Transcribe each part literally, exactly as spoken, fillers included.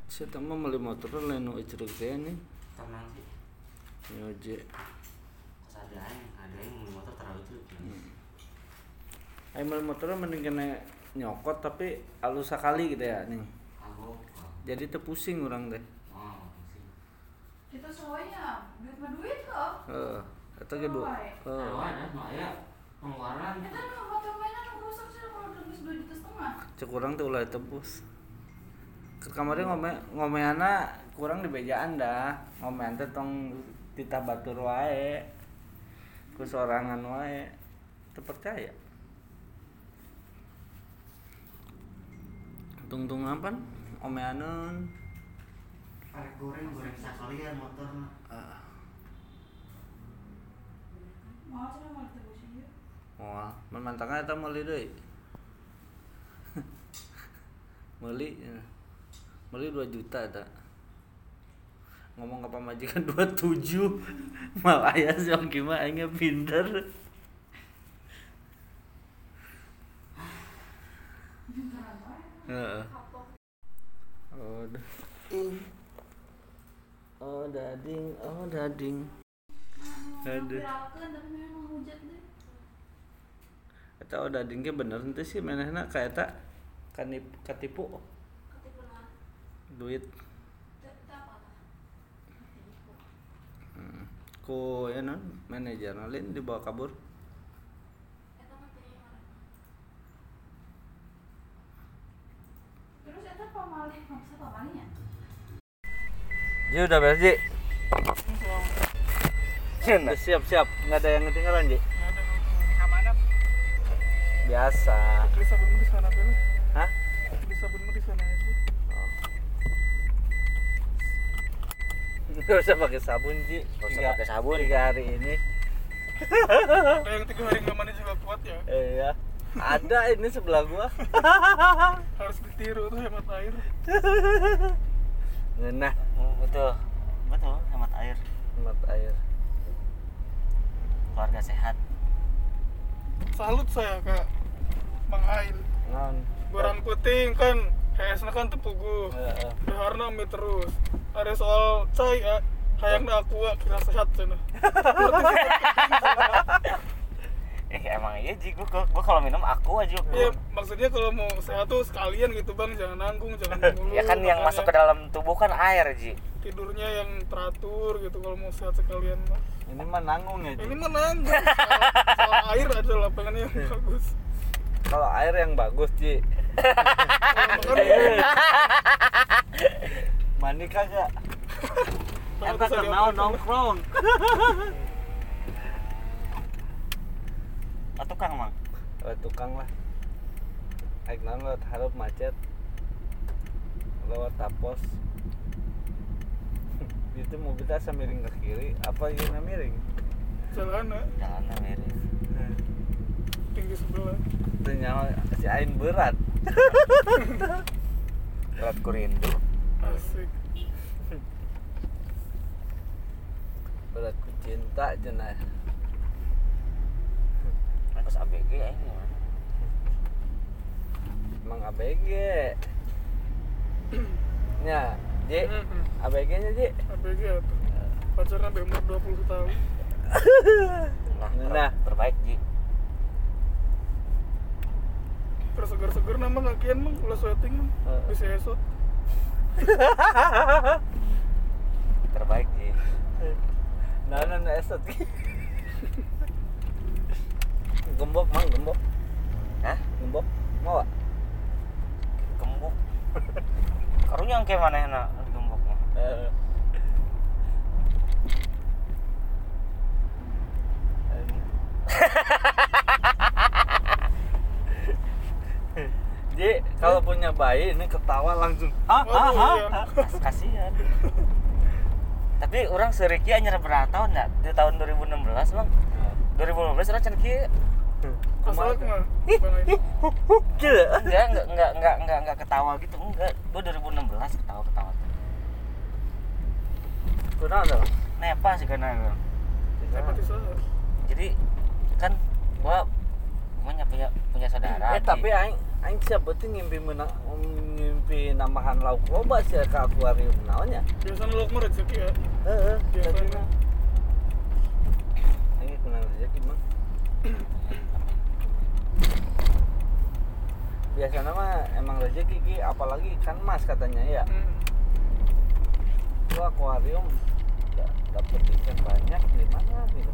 Saya mah meuli motor lain nu ecreuh teh nih. Tenang sih. Nyoje. Ada yang ada yang meuli motor terlalu itu. Hmm. Ai meuli motor mending kena nyokot tapi alus sakali gitu ya nih. Aku. Jadi teu pusing urang teh. Oh, pusing. Kita semuanya duit mah duit kok. Heeh. Eta ge du. Heeh. Ada mah ya pengeluaran. Kita nu motor mainan nu rusak sih kalau udah geus dua juta setengah. Cek urang teh ulah tebus. Ke kamari ngome ngomeana kurang di bejaan dah. Ngomean teh tong ditabatur wae. Ku sorangan wae. Teu percaya. Tung-tung apan omeaneun. Arek goreng goreng sakalian motor mah. Ah. Mau sih mau ditebusin ya. Wah, memantangnya eta meuli deui. Meuli ya. Meuli dua juta eta. Ngomong ke pamajikan dua puluh tujuh. Mal aya si Oki mah aing pinter. Heeh. Oh, dading. Oh, dading, oh, dading. Aduh. Viralkeun tapi memang hujat deh. Eta oh dading ge bener henteu sih manehna ka eta kanip katipu Ketipuna. duit. Teu apa tah? Hmm. Ku ya non manajer lain dibawa kabur. Eta mah teh mana? Terus eta pamalih, maksud pamalihnya? Ji udah beres Ji. Udah siap-siap, nggak ada yang ketinggalan Ji. Nggak ada keamanan. Biasa. Beli sabunmu di sana dulu. Hah? Beli sabunmu di sana aja. Nggak usah pakai sabun Ji. Nggak usah Tiga- pakai sabun. Tiga hari ini. Ada yang tiga hari nggak mandi juga kuat ya. Iya. Ada ini sebelah gua. Harus ditiru tuh hemat air. Ngenah Betul. Betul, hemat air. hemat air. Keluarga sehat. Salut saya ke Bang Ail. Naon? Goran kuting kan hesna kan tepuguh. Heeh. Daharna mi terus. Ada soal cai ya. Hayangna aku kira sehat cenah. Eh emang iya Ji, gua, gua kalau minum aku aja. Iya, maksudnya kalau mau sehat tuh sekalian gitu Bang, jangan nanggung, jangan mulu. Ya kan yang makanya masuk ke dalam tubuh kan air Ji. tidurnya yang teratur gitu kalau mau sehat sekalian mah. Ini mah nanggung ya Ji. Ini mah nanggung. Soal, soal air aja lah pengennya yang bagus. Kalau air yang bagus Ji. Kalau Mandi kagak? makan Eta kenal nongkrong. Oh, tukang Mang. Oh, tukang lah. Aik naon lewat hareup macet. Lewat tapos. Itu mobilnya asa miring ke kiri, apa ieu miring? jalan ya, Jalannya miring. tinggi sebelah. Ternyata si Ain berat. Berat ku rindu. Asik. Berat ku cinta cenah. Aku A B G aing mah. Emang A B G. Nya, Ji, Mhm. A B G-nya Ji. A B G atuh. Pacarnya sampai umur dua puluh tahun. Nah, ter- Nah. terbaik Ji. Terus seger-seger nama ngakian mah ulah sweating mah. Heeh. Bisa esot. Terbaik Ji. Nah, nah, nah, esot. Gembok, Mang, gembok. Hah? Gembok. Mau gak? Gembok. Karunya yang kayak mana enak di gembok mah. Eh. Ji, kalau punya bayi ini ketawa langsung. Hah, Oh, hah, hah. iya. Kas- Kasihan. Tapi orang seriki anyar berapa tahun enggak? Di tahun dua ribu enam belas, Bang. dua ribu lima belas orang can kieu. Kasalak mah. Bang Ain. Gila. Enggak, enggak, enggak, enggak, enggak, enggak ketawa gitu. Enggak. Gua dua ribu enam belas ketawa-ketawa. Kurang ada. Nepa sih karena Bang. Siapa di sana? Jadi kan gua punya punya punya saudara. Eh Ji. tapi aing aing siapa tuh ngimpi menang ngimpi nambahan lauk loba sih ke akuarium naonnya. Biasanya lo mah rezeki ya. Heeh, Biasanya. tapi mah aing kenal rezeki mah. Biasanya mah emang rezeki ki, apalagi ikan mas katanya ya. Hmm. Gua akuarium da- dapet ikan banyak di mana gitu.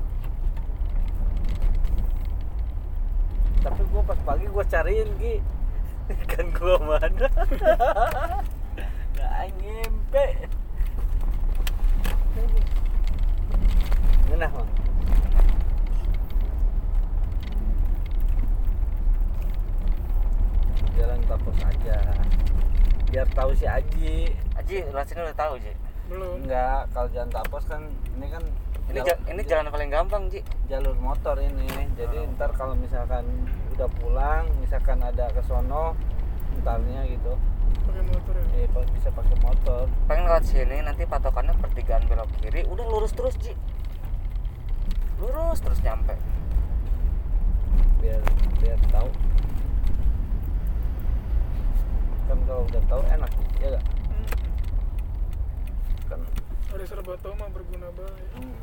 Tapi gua pas pagi gua cariin ki ikan gua mana. Nggak aing nyampe. Ngenah mah. Jalan tapos aja. Biar tahu si Aji. Aji rasanya udah tahu Ji. Belum. Enggak, kalau jalan tapos kan ini kan Ini jal- ja- ini jalan paling gampang Ji. jalur motor ini. Jadi Oh. ntar kalau misalkan udah pulang, misalkan ada ke sono, entarnya gitu, Pakai motor ya. eh pa- bisa pakai motor. Pengen lewat sini nanti patokannya pertigaan belok kiri, udah lurus terus Ji. Lurus terus nyampe. Biar biar tahu. Kan kalau udah tahu enak, ya enggak? Hmm. Kan Hari serba tahu mah berguna baik. hmm.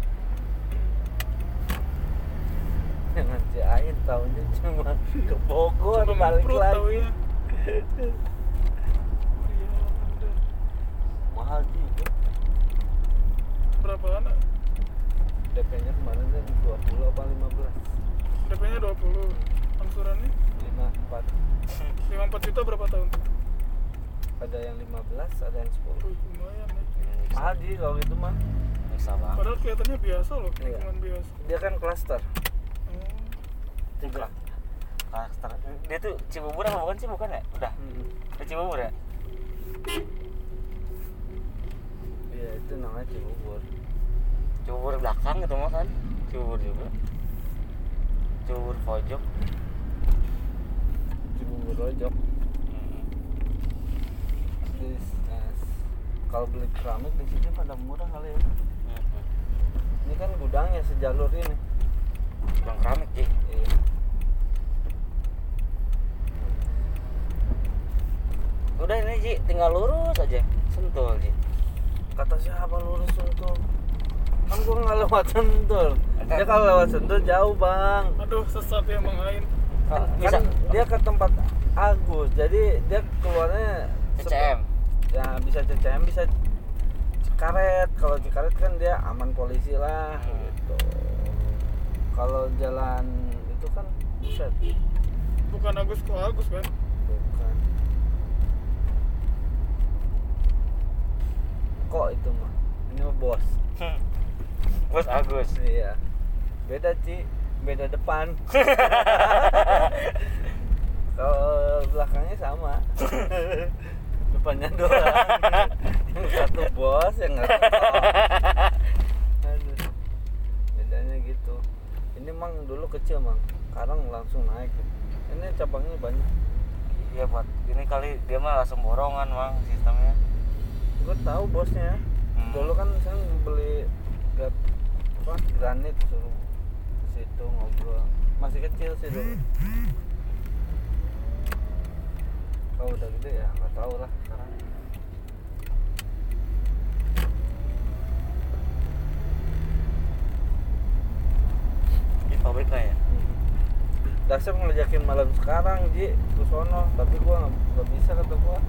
Jangan si Ain tahunya cuma ke Bogor Cuma balik ngeprut lagi. taunya. Iya, udah. Mahal juga. Berapa anak? D P-nya kemarin kan dua puluh apa lima belas? D P-nya dua puluh. Angsurannya lima empat. lima puluh empat juta berapa tahun? Ada yang lima belas, ada yang sepuluh. Wih, lumayan ya. Mahal Ji kalau gitu mah. Bisa banget. Padahal kelihatannya biasa loh, Iya. lingkungan biasa. Dia kan klaster. Oh. Tiga. Karakter. Dia tuh Cibubur apa bukan sih? Bukan ya? Udah. Hmm. Dia Cibubur ya? Iya itu namanya Cibubur. Cibubur belakang gitu mah kan? Cibubur juga. Cibubur pojok. Cibubur Rojok. Hmm. Di, nah, kalau beli keramik di sini pada murah kali ya. Hmm. Ini kan gudangnya sejalur ini. Bang keramik Ji. Iya. Udah ini Ji, tinggal lurus aja. Sentul Ji. Kata siapa lurus Sentul? Kan gua nggak lewat Sentul. Dia kalau lewat Sentul jauh bang. Aduh, sesat ya Bang Ain. Kan Bisa. dia ke tempat Agus, jadi dia keluarnya C C M. Ya bisa C C M, bisa Cikaret. Kalau Cikaret kan dia aman polisi lah Hmm. gitu. Kalau jalan itu kan buset. Bukan Agus kok Agus kan? Bukan. Kok itu mah? Ini mah bos. Bos Agus. Iya. Beda Ci, beda depan. Kalau belakangnya sama. Depannya doang. Yang satu bos, yang satu kok. Aduh. Bedanya gitu. Ini mang dulu kecil mang, sekarang langsung naik. Ini cabangnya banyak. Iya buat ini kali dia mah langsung borongan Mang sistemnya. Gue tahu bosnya. Hmm. Dulu kan saya beli gat apa granit suruh ke situ ngobrol. Masih kecil sih dulu. Kalau udah gede ya nggak tahu lah sekarang. Di pabrik lah ya. Dasar ngelejakin malam sekarang Ji ke sono, tapi gua nggak nggak bisa kata gua.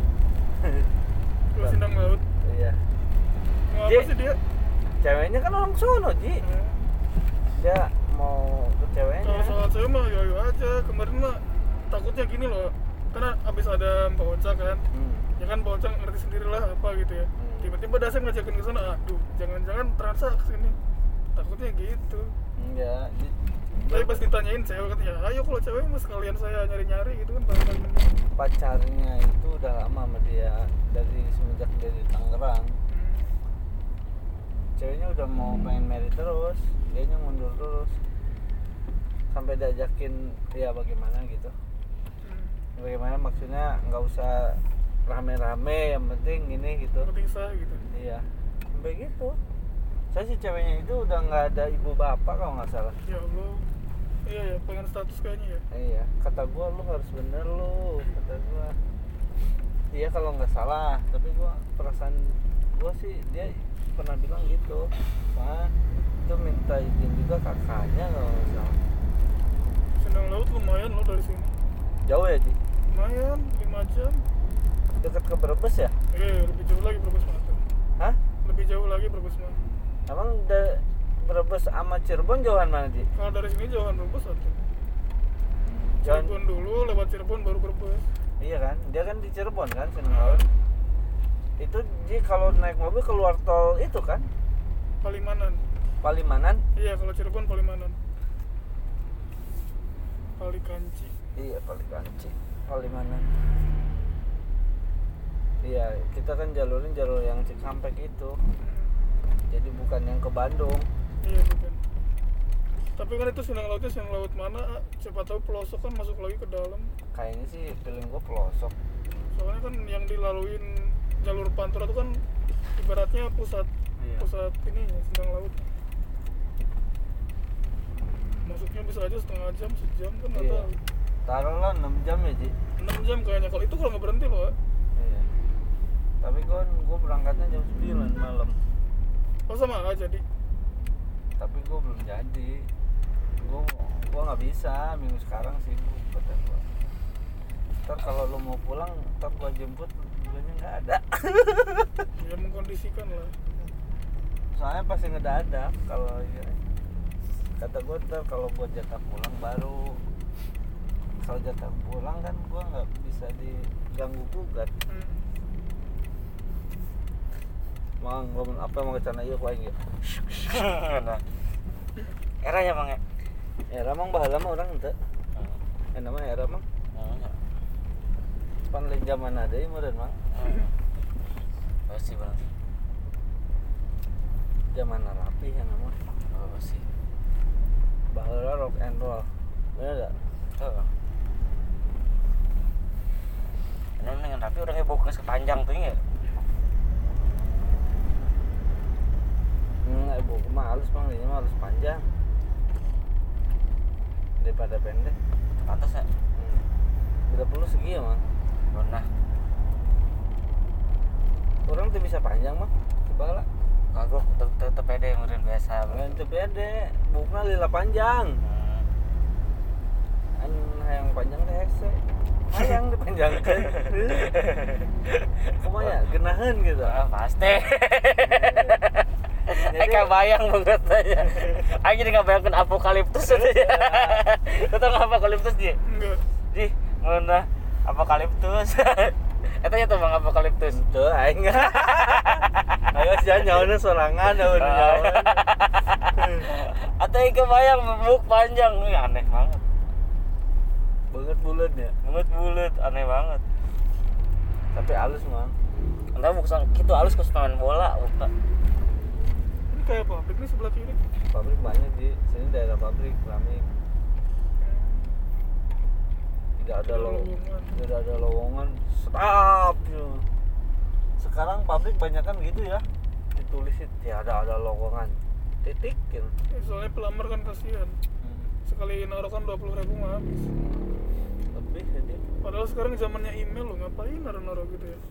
Lu sindang laut. Iya. Mau Ji. apa sih dia? Ceweknya kan orang sono Ji. Eh, Dia mau ke ceweknya. Kalau soal cewek mah yo aja. Kemarin mah takutnya gini loh. Karena abis ada Mbak Ocha kan. Hmm. Ya kan Mbak Ocha ngerti sendiri lah apa gitu ya. Hmm. Tiba-tiba Dasem ngajakin ke sana. Aduh, jangan-jangan transaksi nih. Takutnya gitu. Enggak. Ji- Tapi pas ditanyain cewek katanya, ayo kalau cewek mas sekalian saya nyari-nyari gitu kan paling mending. pacarnya itu udah lama sama dia dari semenjak dia di Tangerang. Hmm. Ceweknya udah mau pengen marry terus, dianya mundur terus sampai diajakin ya bagaimana gitu. Hmm. Bagaimana maksudnya nggak usah rame-rame, yang penting gini gitu. Penting sah gitu. Iya, sampai gitu. Saya si ceweknya itu udah nggak ada ibu bapak kalau nggak salah. Ya Allah. Iya ya, pengen status kayaknya ya. Iya, kata gua lu harus bener lu, kata gua. Iya kalau nggak salah, tapi gua perasaan gua sih dia pernah bilang gitu. Wah, itu minta izin juga kakaknya kalau nggak salah. Sendang Laut lumayan loh dari sini. Jauh ya, Ji? Lumayan, lima jam. Dekat ke Brebes ya? Eh, lebih jauh lagi Brebes mah tuh. Hah? Lebih jauh lagi Brebes mah. Emang de- Brebes sama Cirebon jauhan mana, Ji? Kalau dari sini jauhan Brebes satu. Jauhan- Cirebon dulu, lewat Cirebon baru Brebes. Iya kan? Dia kan di Cirebon kan, Sendang Laut. Itu Ji kalau naik mobil keluar tol itu kan? Palimanan. Palimanan? Iya, kalau Cirebon Palimanan. Palikanci. Iya, Palikanci. Palimanan. Iya, kita kan jalurnya jalur yang Cikampek itu. Jadi bukan yang ke Bandung. Iya bukan. Tapi kan itu Sendang Lautnya Sendang Laut mana? Siapa tahu pelosok kan masuk lagi ke dalam. Kayaknya sih feeling gue pelosok. Soalnya kan yang dilaluin jalur Pantura itu kan ibaratnya pusat Iya. pusat ini ya, Sendang Laut. Masuknya bisa aja setengah jam, sejam kan nggak Iya. tahu. Taruhlah enam jam ya, Ji. enam jam kayaknya. Kalau itu kalau nggak berhenti loh. Iya. Tapi gue gue berangkatnya jam sembilan malam. Oh sama aja di. Tapi gue belum jadi. Gue gue nggak bisa minggu sekarang sibuk kata gue. Ntar kalau lo mau pulang, ntar gue jemput, bilangnya nggak ada. Ya mengkondisikan lah. Soalnya pasti ngedadak kalau ya. Kata gue ntar kalau gue jatah pulang baru. Kalau jatah pulang kan gue nggak bisa diganggu gugat. Hmm. Mang, gua apa mau ke sana ieu ku aing ge. Nah. Era ya, Mang ya. Era mang baheula mah urang henteu. Hmm. Eh nama era mang. Hmm. Pan lain zaman deui meureun mang. Hmm. Pasti benar. Zaman rapi ya nama. Oh, pasti. Baheula rock and roll. Bener enggak? Tuh. Ini dengan rapi udah heboh ke sepanjang tuh ya. Hmm, ibu mah halus mang, ini mah halus panjang. Daripada pendek. Pantas ya. Hmm. Bila perlu segi ya mang. Pernah. Orang tuh bisa panjang mah. Coba lah. Kagok tetep tetep pede meureun biasa. Lain teu pede, bukna lila panjang. Hmm. An hayang panjang teh hese. Hayang dipanjangkeun. Kumaha ya geunaheun gitu. Ah, pasti. Jadi- Eh kebayang banget aja. Aing jadi ngabayangkeun apokaliptus aja. Lu tau nggak apokaliptus dia? Enggak. Di mana apokaliptus? Eta nya tuh Bang apokaliptus. Tuh aing. Ayo jangan nyawana sorangan eueuh nyawa. Atau yang kebayang buk panjang, Ih, aneh banget. Banget bulat ya. Banget bulat, aneh banget. Tapi halus mang. Entah bukan gitu halus ke senaman bola, bukan. Ini kayak pabrik nih sebelah kiri. Pabrik banyak di sini daerah pabrik keramik. Tidak ada Tidak lowongan. lowongan. Tidak ada lowongan. Stop. Sekarang pabrik banyak kan gitu ya. Ditulisin tiada ada lowongan. Titik gitu. Ya, soalnya pelamar kan kasihan. Hmm. Sekali naruh kan dua puluh ribu nggak habis. Lebih jadi. Padahal sekarang zamannya email lo, ngapain naruh-naruh gitu ya?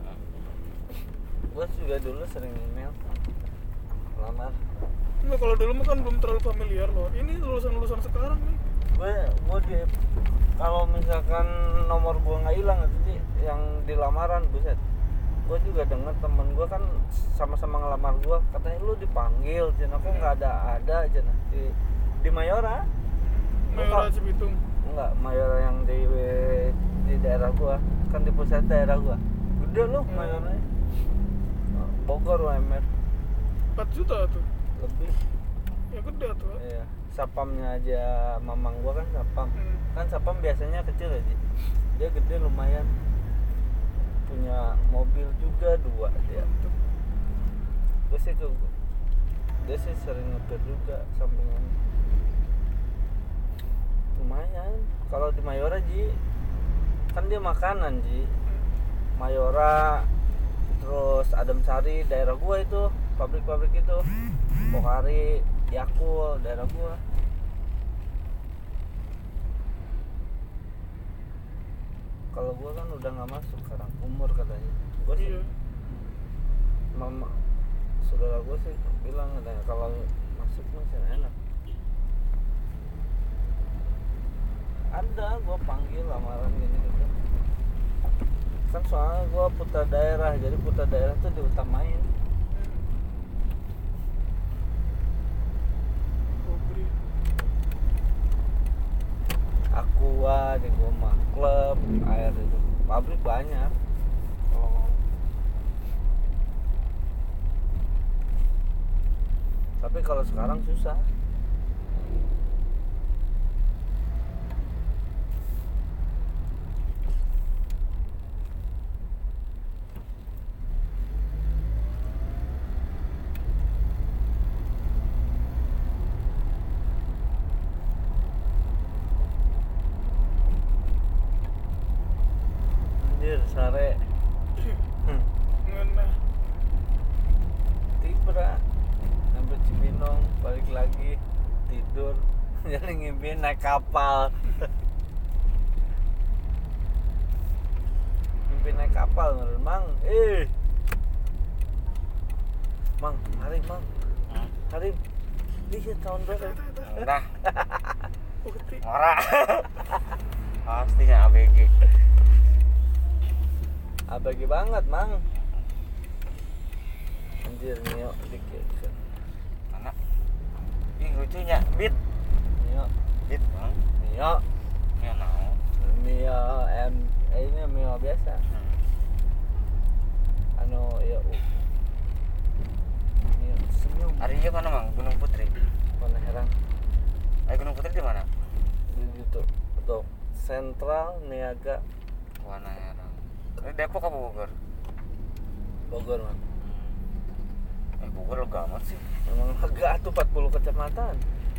Gua juga dulu sering email. Lamar. Enggak, kalau dulu mah kan belum terlalu familiar loh. Ini lulusan-lulusan sekarang nih. Gue gue di kalau misalkan nomor gue nggak hilang itu sih yang di lamaran buset. Gue juga denger temen gue kan sama-sama ngelamar gue, katanya lu dipanggil, jen aku nggak ada ada jen di di Mayora. Mayora Bukan. Cibitung. Enggak, Mayora yang di di daerah gue, kan di pusat daerah gue. Gede lu Hmm. Mayoranya. Bogor U M R empat juta tuh. lebih. Ya gede tuh. Iya, sapamnya aja mamang gua kan sapam. Hmm. Kan sapam biasanya kecil aja. Dia gede lumayan. Punya mobil juga dua dia. Mantep. Gue sih ke dia sih sering ngetir juga sampingan. Lumayan. Kalau di Mayora Ji, kan dia makanan Ji. Mayora, terus Adem Sari daerah gua itu, pabrik-pabrik itu. Pokari, Yakul daerah gua. kalau gua kan udah nggak masuk sekarang umur katanya. Gua sih Iya. mama saudara gua sih bilang katanya kalau masuk masih enak. Ada gua panggil lamaran gini gitu. Kan soalnya gua putra daerah, jadi putra daerah tuh diutamain. Kobri. Aqua di gua mah klub air itu pabrik banyak. Oh. Tapi kalau sekarang susah. Anjir, sare. Hmm. Ngena. Tibra sampai Cibinong balik lagi tidur jadi ngimpi naik kapal. Mimpi naik kapal ngeren mang eh mang hari mang Hmm. hari iya tahun berapa Udah, Bukti. ora. Pastinya A B G. abg banget mang anjir Nio dikit Mana? Ih lucunya, Bit. Nio Bit, Bang. Nio Ya naon. Mio M eh ini Mio biasa anu ya u Mio senyum Hari ini mana, Mang? Gunung Putri. mana heran Eh, Gunung Putri di mana? di situ betul Sentral Niaga Warna Herang. Ini Depok apa Bogor? Bogor man Eh, Bogor lega amat sih. memang lega tuh empat puluh kecamatan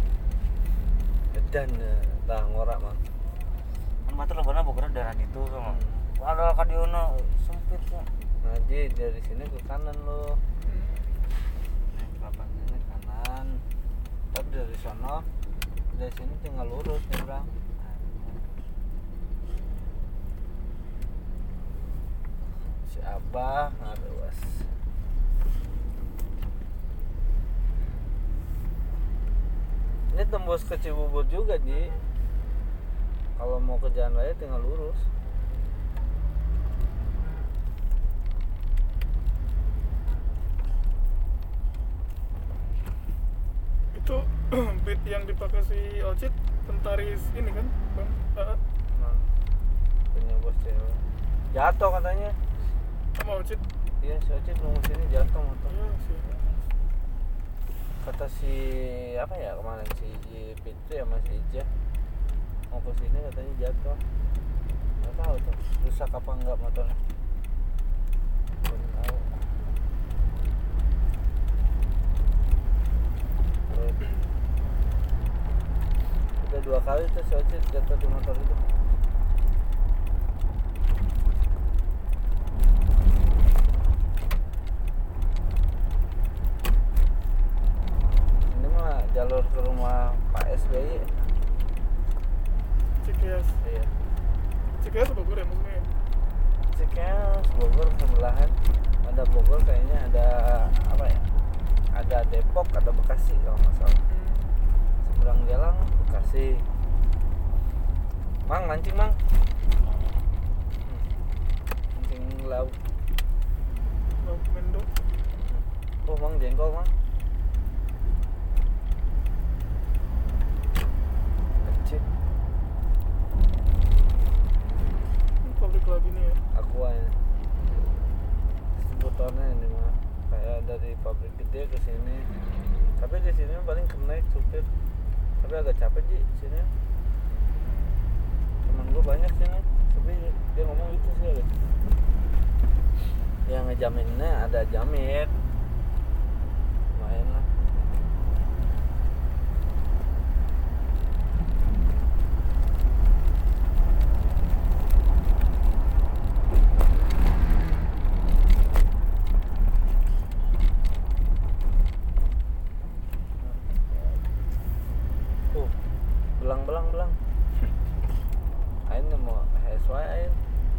dan tah ngorak mah Kan batu lebarnya Bogor daerah itu sama. Hmm. Ada kadiono sempit ya. nah Ji, dari sini ke kanan lo Nih, berapa? ini kanan tapi dari sana dari sini tinggal lurus nyebrang si Abah ngaruas ini tembus ke Cibubur juga Ji kalau mau ke jalan raya tinggal lurus Itu beat yang dipakai si Ocit pentaris ini kan, Bang? Ah, nah, punya bos cewek jatuh katanya sama Ocit. iya si Ocit nunggu sini jatuh motor Iya sih. kata si apa ya kemarin si Fitri sama si Ija mau ke sini katanya jatuh nggak tahu tuh rusak apa enggak motornya belum tahu udah dua kali tuh si Ocit jatuh di motor itu ini mah jalur ke rumah Pak S B Y Cikeas. iya Cikeas Bogor ya maksudnya. ya? Cikeas Bogor sebelahan ada Bogor kayaknya ada apa ya ada Depok ada Bekasi kalau nggak salah Hmm. seberang jalan Bekasi mang mancing mang mancing laut Laut Mendo. oh mang jengkol mang kecil Ini pabrik lagi nih ya. aqua ini distributornya ini mah kayak dari pabrik gede ke sini tapi di sini paling kenaik supir tapi agak capek sih sini teman gue banyak sini tapi dia ngomong itu sih agak yang ngejaminnya ada jamin lumayan lah uh belang belang belang airnya mau sesuai air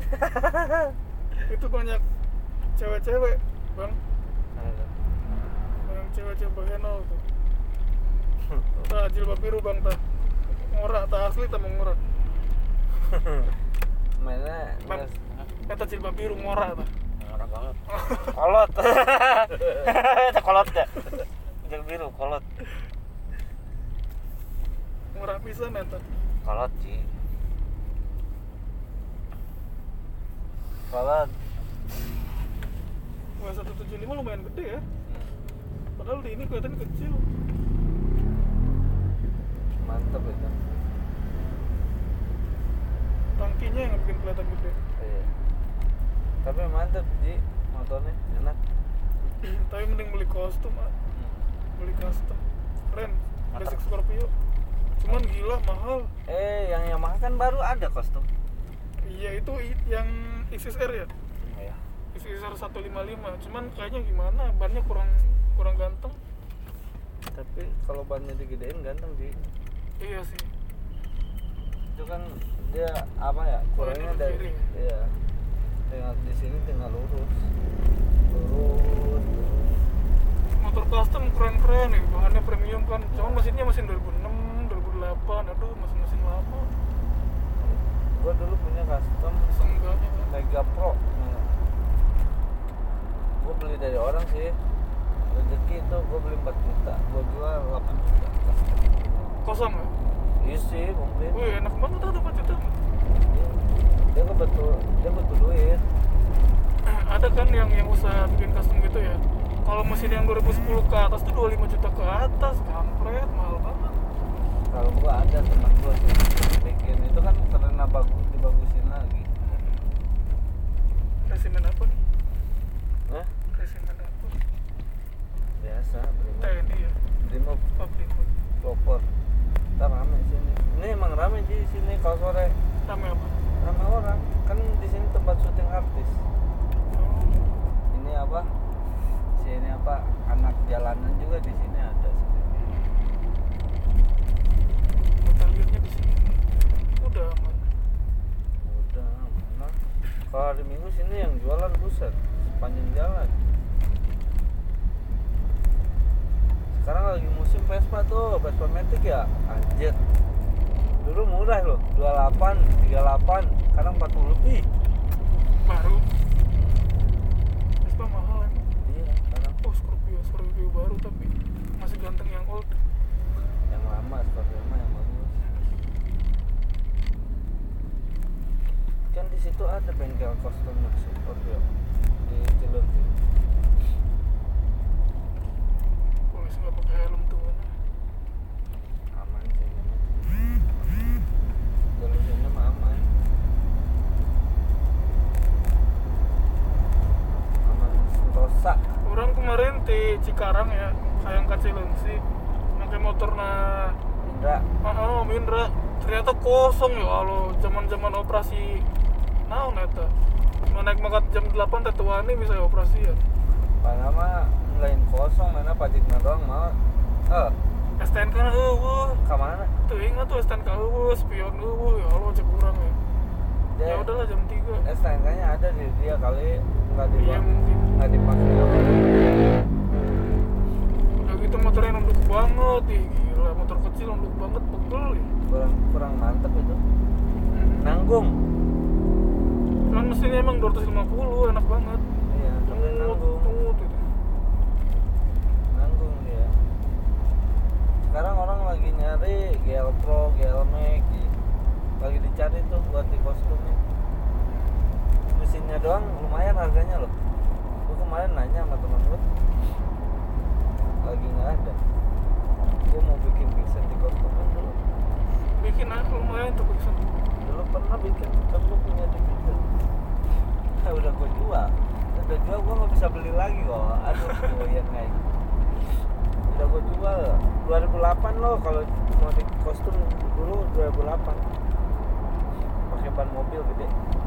Itu banyak cewek-cewek bang, Ada. banyak cewek-cewek bahenol tuh. Tah jilbab biru bang tah, ngorak tah asli tah mengorak. Mainnya Bang, kata jilbab biru ngorak tah. Orang banget. Kolot. Itu kolot ya. Jil biru kolot. Ngorak pisan eta. Kolot sih. kolot. Wah seratus tujuh puluh lima lumayan gede ya. Padahal di ini kelihatannya kecil. Mantep itu. Tangkinya yang bikin kelihatan gede. Iya. Tapi mantep Ji, motornya enak. Tapi mending beli kostum, ah. Beli custom. Keren, basic Scorpio. Cuman gila mahal. Eh, yang Yamaha kan baru ada kostum. Iya itu i- yang X S R ya. Iya. X S R seratus lima puluh lima. Cuman kayaknya gimana? Bannya kurang kurang ganteng. Tapi kalau bannya digedein ganteng sih. Iya sih. Itu kan dia apa ya? Kurangnya Oh, ini dari kiri. iya. Tinggal di sini tinggal lurus. Lurus. Motor custom keren-keren nih, bahannya premium kan. Cuman mesinnya mesin dua ribu enam, dua ribu delapan. Aduh, mesin-mesin lama. Gua dulu punya custom Seenggaknya kan. Mega Pro. Nah. Gua beli dari orang sih. Rezeki itu gua beli empat juta, gua jual delapan juta. Kosong ya? Iya sih, komplit. Wih, enak banget ada empat juta. Dia kebetul, dia betul duit. Ada kan yang yang usaha bikin custom gitu ya. Kalau mesin yang dua ribu sepuluh ke atas tuh dua puluh lima juta ke atas, kampret, mahal banget. Kalau gua ada teman gua sih bikin itu kan karena bagus dibagusin lagi. Resimen apa nih? Hah? Resimen apa? Biasa, Brimo. T N I ya? Brimo Pabrik. Propor. Ntar rame sini. Ini emang rame di sini kalau sore. Rame apa? Rame orang. Kan di sini tempat syuting artis. Oh, Ini apa? Sini apa? Anak jalanan juga di sini ada. bataliannya di sini. Udah aman. Udah mana? Kalau hari Minggu sini yang jualan buset sepanjang jalan. Sekarang lagi musim Vespa tuh, Vespa Matic ya, anjir. Dulu murah loh, dua puluh delapan, tiga puluh delapan, sekarang empat puluh lebih. Baru. Vespa mahal emang. Iya, sekarang Oh, Scorpio, Scorpio baru tapi masih ganteng yang old. yang lama, seperti lama yang bagus. Kan di situ ada bengkel custom Scorpio di Cilengsi. Polisi nggak pakai helm tuh. Aman sih ini. Jalur sini mah aman. Aman Sentosa. Orang kemarin di Cikarang ya, kayak ke Cilengsi, pakai motor nah, Indra. oh, Mindra, ternyata kosong ya kalau zaman-zaman operasi naon eta. Mau naik makat jam delapan tetuani bisa operasi ya. Panama lain kosong mana pajikna doang mah. Eh, S T N K na eueuh. ka mana? Tuh ingat tuh S T N K eueuh, spion eueuh, ya Allah cek urang ya. Dia Ya udahlah jam tiga. S T N K-nya ada di dia kali enggak Iya dipakai. mungkin. Enggak dipakai apa. Udah gitu motornya nunduk banget, ih gila motor kecil nunduk banget, pegel ya. Kurang kurang mantep itu. Nanggung. Kan mesinnya emang dua ratus lima puluh, enak banget. Iya, tapi nanggung. Tunggu gitu. Nanggung dia. Sekarang orang lagi nyari G L Pro, G L Max gitu. Lagi dicari tuh buat di kostumnya. Mesinnya doang lumayan harganya loh. Gue kemarin nanya sama teman gue, lagi nggak ada. Gue mau bikin pixel di kostumnya dulu. Bikin ah, lumayan tuh bisa. Dulu pernah bikin, kan gue punya di pixel. Nah, udah gue jual. Udah jual gue nggak bisa beli lagi kok. Aduh, gue yang naik. Udah gue jual. dua ribu delapan loh kalau mau di kostum dulu dua ribu delapan. Pakai ban mobil gede.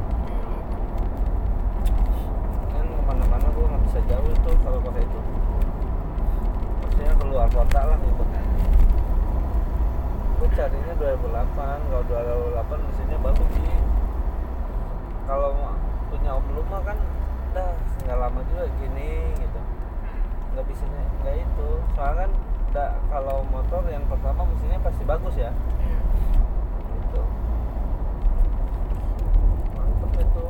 Kan kemana-mana gue nggak bisa jauh tuh kalau pakai itu. Maksudnya keluar kota lah gitu. Gue carinya dua ribu delapan. Kalau dua ribu delapan mesinnya bagus sih. Kalau punya om lu mah kan dah nggak lama juga gini gitu, nggak bisa nggak itu soalnya kan da, kalau motor yang pertama mesinnya pasti bagus ya Iya. gitu, mantep itu.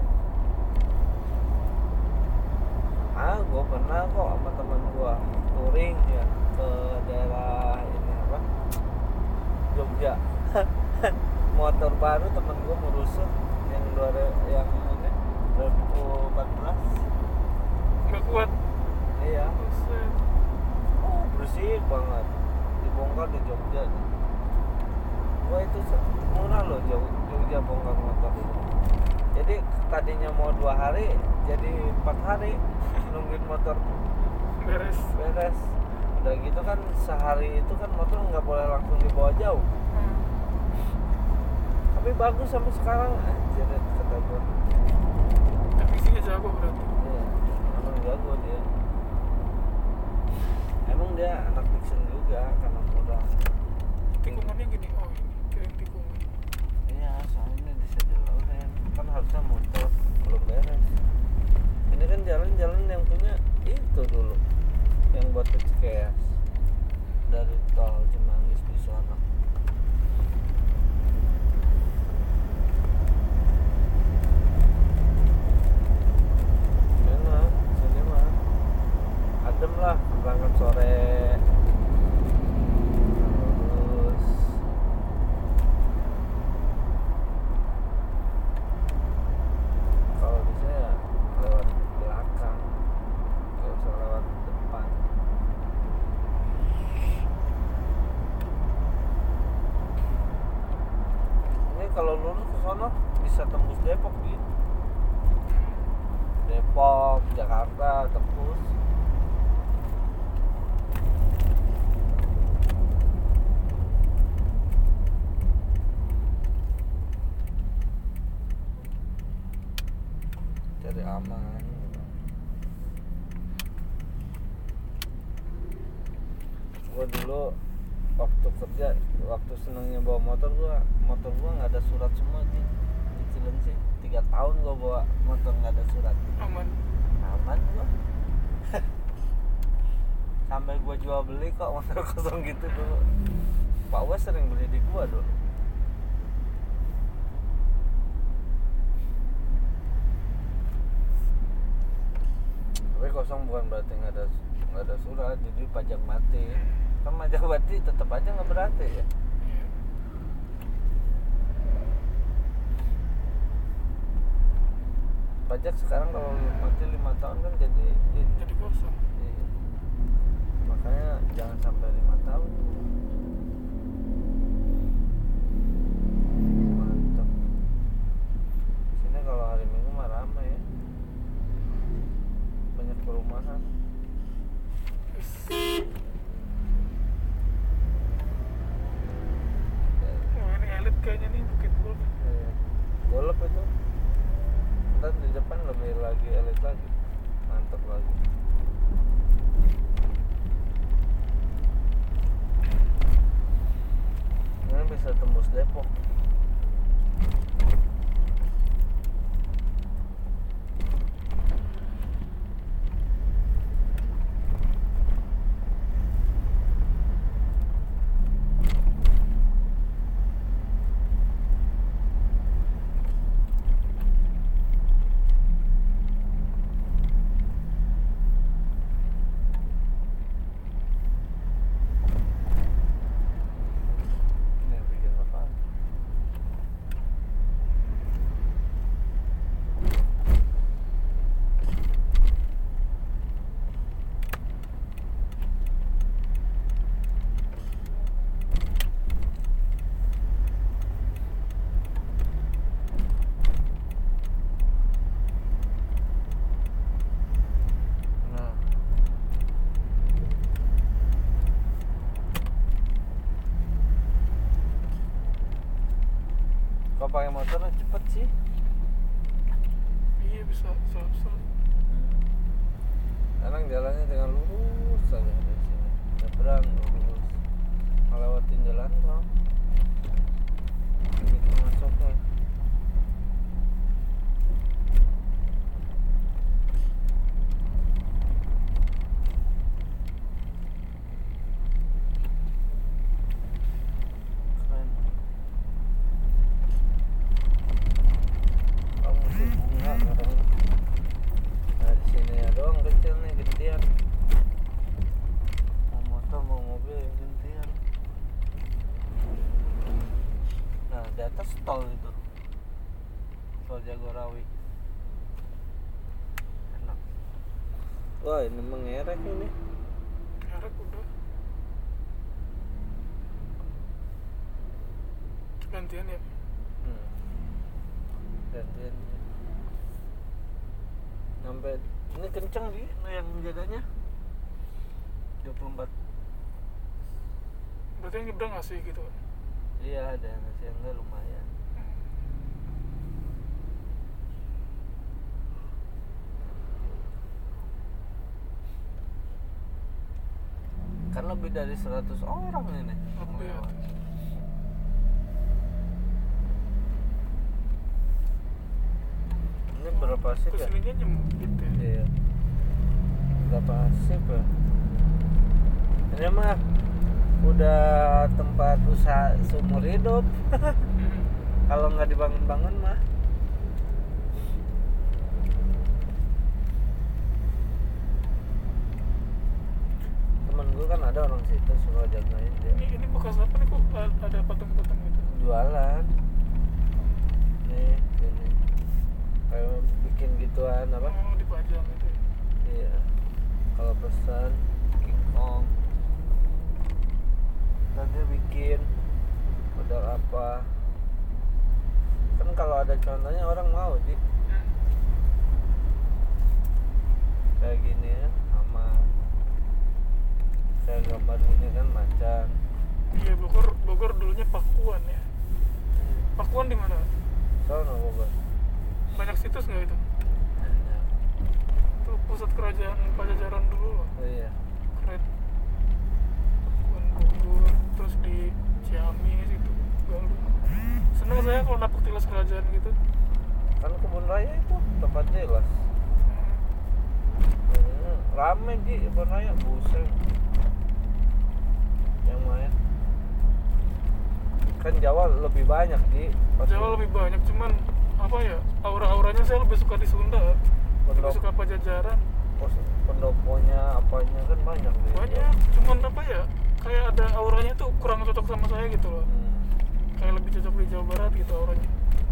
Ah gue pernah kok sama teman gue touring ya ke daerah ini apa Jogja. Motor baru temen gue merusut yang dua yang ini dua ribu empat belas. Nggak kuat. Iya. Buset. Oh bersih banget. Dibongkar di Jogja. Wah itu se- murah loh Jog- Jogja bongkar motor itu. Jadi tadinya mau dua hari jadi empat hari nungguin motor Beres. beres. Udah gitu kan sehari itu kan motor nggak boleh langsung dibawa jauh. Hmm. Tapi bagus sampai sekarang anjir kata gue. Teknisinya jago berarti. Iya, emang jago dia. Emang dia anak fiction juga karena murah. Tikungannya gini, oh ini kirim tikungan. Iya, soalnya bisa dilurin. Kan harusnya motor belum beres. Ini kan jalan-jalan yang punya itu dulu, yang buat ke Cikeas dari tol Cimanggis di sana. Enak, sini mah adem lah, berangkat sore. Terus kalau bisa ya lewat belakang, nggak usah lewat depan. Ini kalau lurus ke sono bisa tembus Depok gitu. Depok, Jakarta, tembus. Cari aman. Gua dulu waktu kerja, waktu senangnya bawa motor gua, motor gua nggak ada surat semua di di Cilengsi. Tiga tahun gua bawa motor nggak ada surat. Aman. Aman gua. Sampai gua jual beli kok motor kosong gitu dulu. Pak Wes sering beli di gua dulu. Tapi kosong bukan berarti nggak ada nggak ada surat, jadi pajak mati. Kan pajak mati tetap aja nggak berarti ya. Iya. Pajak sekarang kalau mati lima tahun kan jadi ini. Jadi kosong. Iya. Makanya jangan sampai lima tahun. Mantap. Sini kalau hari Minggu mah ramai ya. Banyak perumahan. Wah ini elit kayaknya nih Bukit Golf. Iya. Golep itu. Ntar di depan lebih lagi elit lagi. Mantap lagi. Ini bisa tembus Depok. Ini yang bikin apa? Nah, kalau pakai motor cepet sih. Iya bisa sel-sel. Sekarang jalannya dengan lurus saja dari sini. Nyebrang lurus. Ngelewatin jalan tol. Gitu masuknya. Jagorawi. Enak. Wah, ini mengerek ini. Ngerek udah. Gantian ya. Hmm. Gantian. Sampai ini kenceng di yang jaganya. dua puluh empat. Berarti yang udah ngasih gitu. Iya, ada yang ngasih, enggak lumayan. Kan lebih dari seratus orang ini. Lebih ya. Ini berapa sip ya? Kesininya jam gitu ya. Iya. Berapa sip ya? Ini mah udah tempat usaha seumur hidup. Hmm. Kalau nggak dibangun-bangun mah. Temen gue kan ada orang situ suka jagain dia. Ini ini bekas apa nih kok ada patung-patung gitu? Jualan. Nih, ini. Kayak bikin gituan apa? Oh, dipajang gitu ya. Iya. Kalau pesan King Kong. Nanti bikin modal apa? Kan kalau ada contohnya orang mau, Ji. Hmm. Kayak gini ya, sama saya gambar gini kan macan. Iya, Bogor Bogor dulunya Pakuan ya. Pakuan di mana? Sono Bogor. Banyak situs nggak itu? Banyak. Itu pusat kerajaan Pajajaran dulu loh. Oh iya. Keren. Pakuan Bogor, terus di Ciamis itu Galuh. Seneng saya kalau dapet tilas kerajaan gitu. Kan kebun raya itu tempat jelas. Hmm. Hmm, rame Ji kebun raya, buset. Yang main. Kan Jawa lebih banyak Ji. Jawa lebih banyak, cuman apa ya, aura-auranya saya lebih suka di Sunda. Lebih Pendop- suka Pajajaran. pos- pendoponya apanya kan banyak di Banyak, cuman apa ya, kayak ada auranya tuh kurang cocok sama saya gitu loh. Hmm. Kayak lebih cocok di Jawa Barat gitu auranya.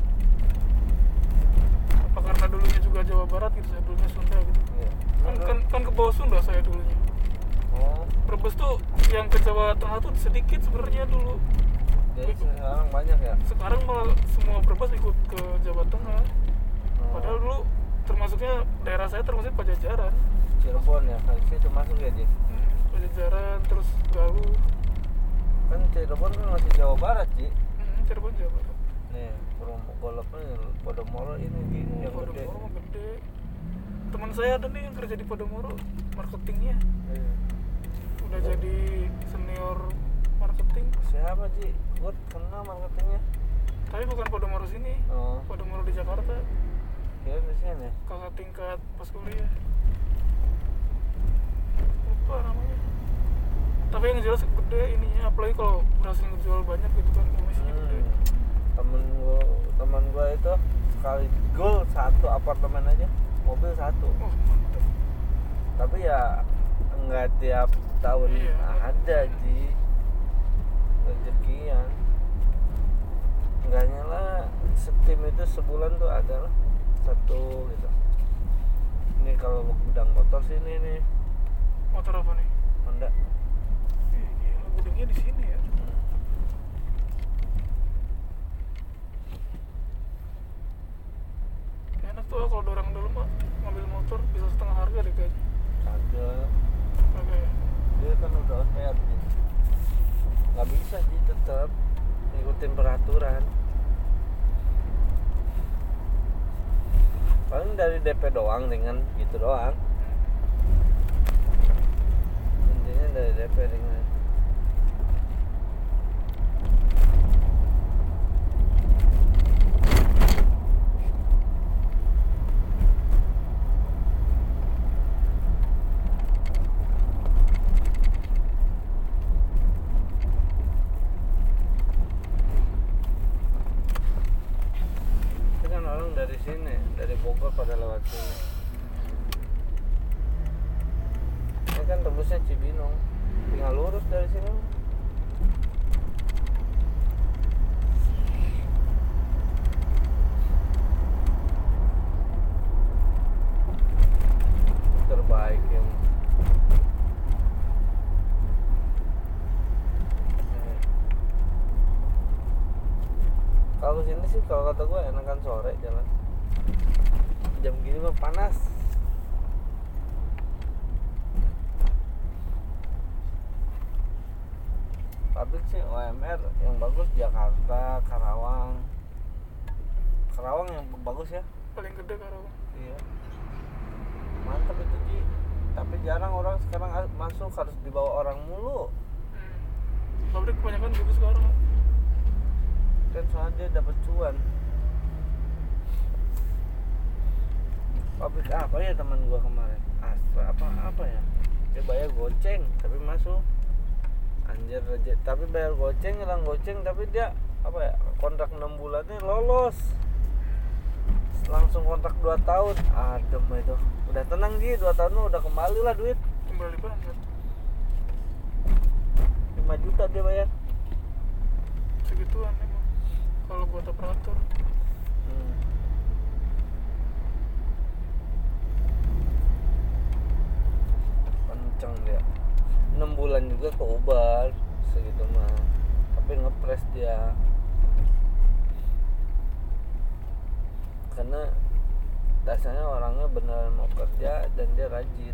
Apa karena dulunya juga Jawa Barat gitu, saya dulunya Sunda gitu. Iya. Kan, kan, kan ke bawah Sunda saya dulunya. Oh, Brebes tuh yang ke Jawa Tengah tuh sedikit sebenarnya dulu. jadi sekarang banyak ya. Sekarang malah semua Brebes ikut ke Jawa Tengah. Oh. Padahal dulu termasuknya daerah saya termasuk Pajajaran. Cirebon ya, kan situ masuk ya Ji. Hmm, Pajajaran terus Galuh. Kan Cirebon kan masih Jawa Barat Ji. Hmm, Cirebon Jawa Barat. Nih, Golopnya Podomoro ini Ji, yang gede. Podomoro mah gede. Teman saya ada nih yang kerja di Podomoro, marketingnya. Iya. Udah jadi senior marketing. Siapa Ji? Gue kenal marketingnya. Tapi bukan Podomoro sini. Oh, Podomoro di Jakarta. kira di sini. Kakak tingkat pas kuliah. Lupa namanya. Tapi yang jelas gede ininya, apalagi kalau berhasil ngejual banyak gitu kan, komisinya gede. Hmm. Temen gua, teman gua itu sekali gol satu apartemen aja, mobil satu. Oh mantap. Tapi ya enggak tiap tahun Iya. ada Ji rezekian. Enggaknya lah setim itu sebulan tuh ada lah satu gitu. Ini kalau gudang motor sini nih Motor apa nih? Honda. Eh, gila, gudangnya di sini ya. Hmm. Enak tuh kalau ada orang dulu mah ngambil motor bisa setengah harga deh kayaknya. Kagak. Oke. Dia kan udah outpaid nih. Nggak bisa Ji tetap ngikutin peraturan. Paling dari D P doang dengan gitu doang. Intinya dari D P dengan. Itu kan orang dari sini, dari Bogor pada lewat sini. Ini kan tembusnya Cibinong, tinggal lurus dari sini. sih kalau kata gue enakan sore jalan. Jam gini mah panas. Pabrik sih O M R yang bagus Jakarta, Karawang. Karawang yang bagus ya. Paling gede Karawang. Iya. Mantap itu Ji. Tapi jarang orang sekarang a- masuk, harus dibawa orang mulu. Hmm. Pabrik kebanyakan gitu sekarang. Kan soalnya dia dapat cuan. Pabrik apa ya teman gua kemarin? Astra apa apa ya? Dia bayar goceng tapi masuk. Anjir aja, tapi bayar goceng, hilang goceng, tapi dia apa ya? Kontrak enam bulannya lolos. Langsung kontrak dua tahun. Adem itu. Udah tenang Ji, dua tahun lu udah kembali lah duit. Kembali banget. lima juta dia bayar. Segituan emang. Kalau buat operator. Hmm. Kenceng dia. enam bulan juga keubar segitu mah. Tapi ngepres dia. Karena dasarnya orangnya beneran mau kerja dan dia rajin.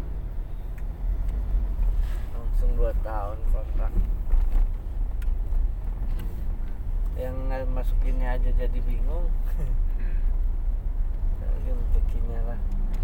Langsung dua tahun kontrak. Yang nggak masukinnya aja jadi bingung. Lagi masukinnya lah.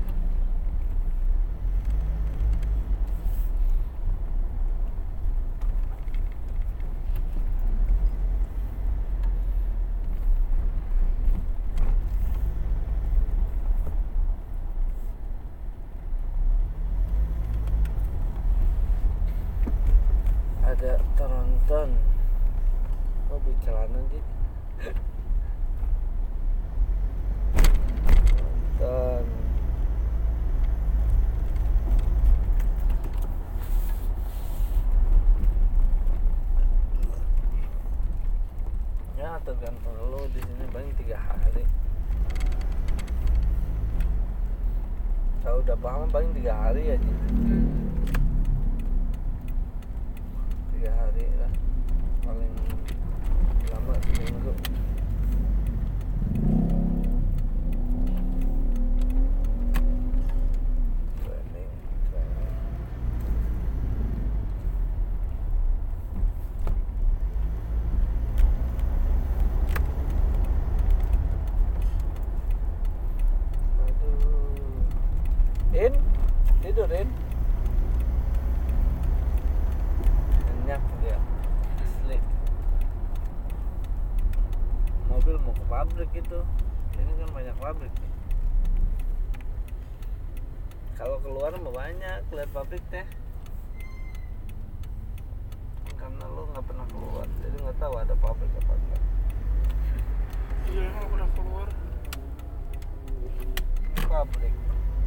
Ada Tronton. Oh beli celana Ji. Tronton. Ya tergantung lo, di sini paling tiga hari. Kalau udah paham paling tiga hari ya Ji. Tiga hari lah, paling lama seminggu. Training, training. Aduh. In, tidur In. Nyenyak dia, asli. Mobil mau ke pabrik itu, ini kan banyak pabrik. Kalau keluar mah banyak lihat pabrik teh. Karena lu nggak pernah keluar, jadi nggak tahu ada pabrik apa enggak. Iya emang pernah keluar. Pabrik.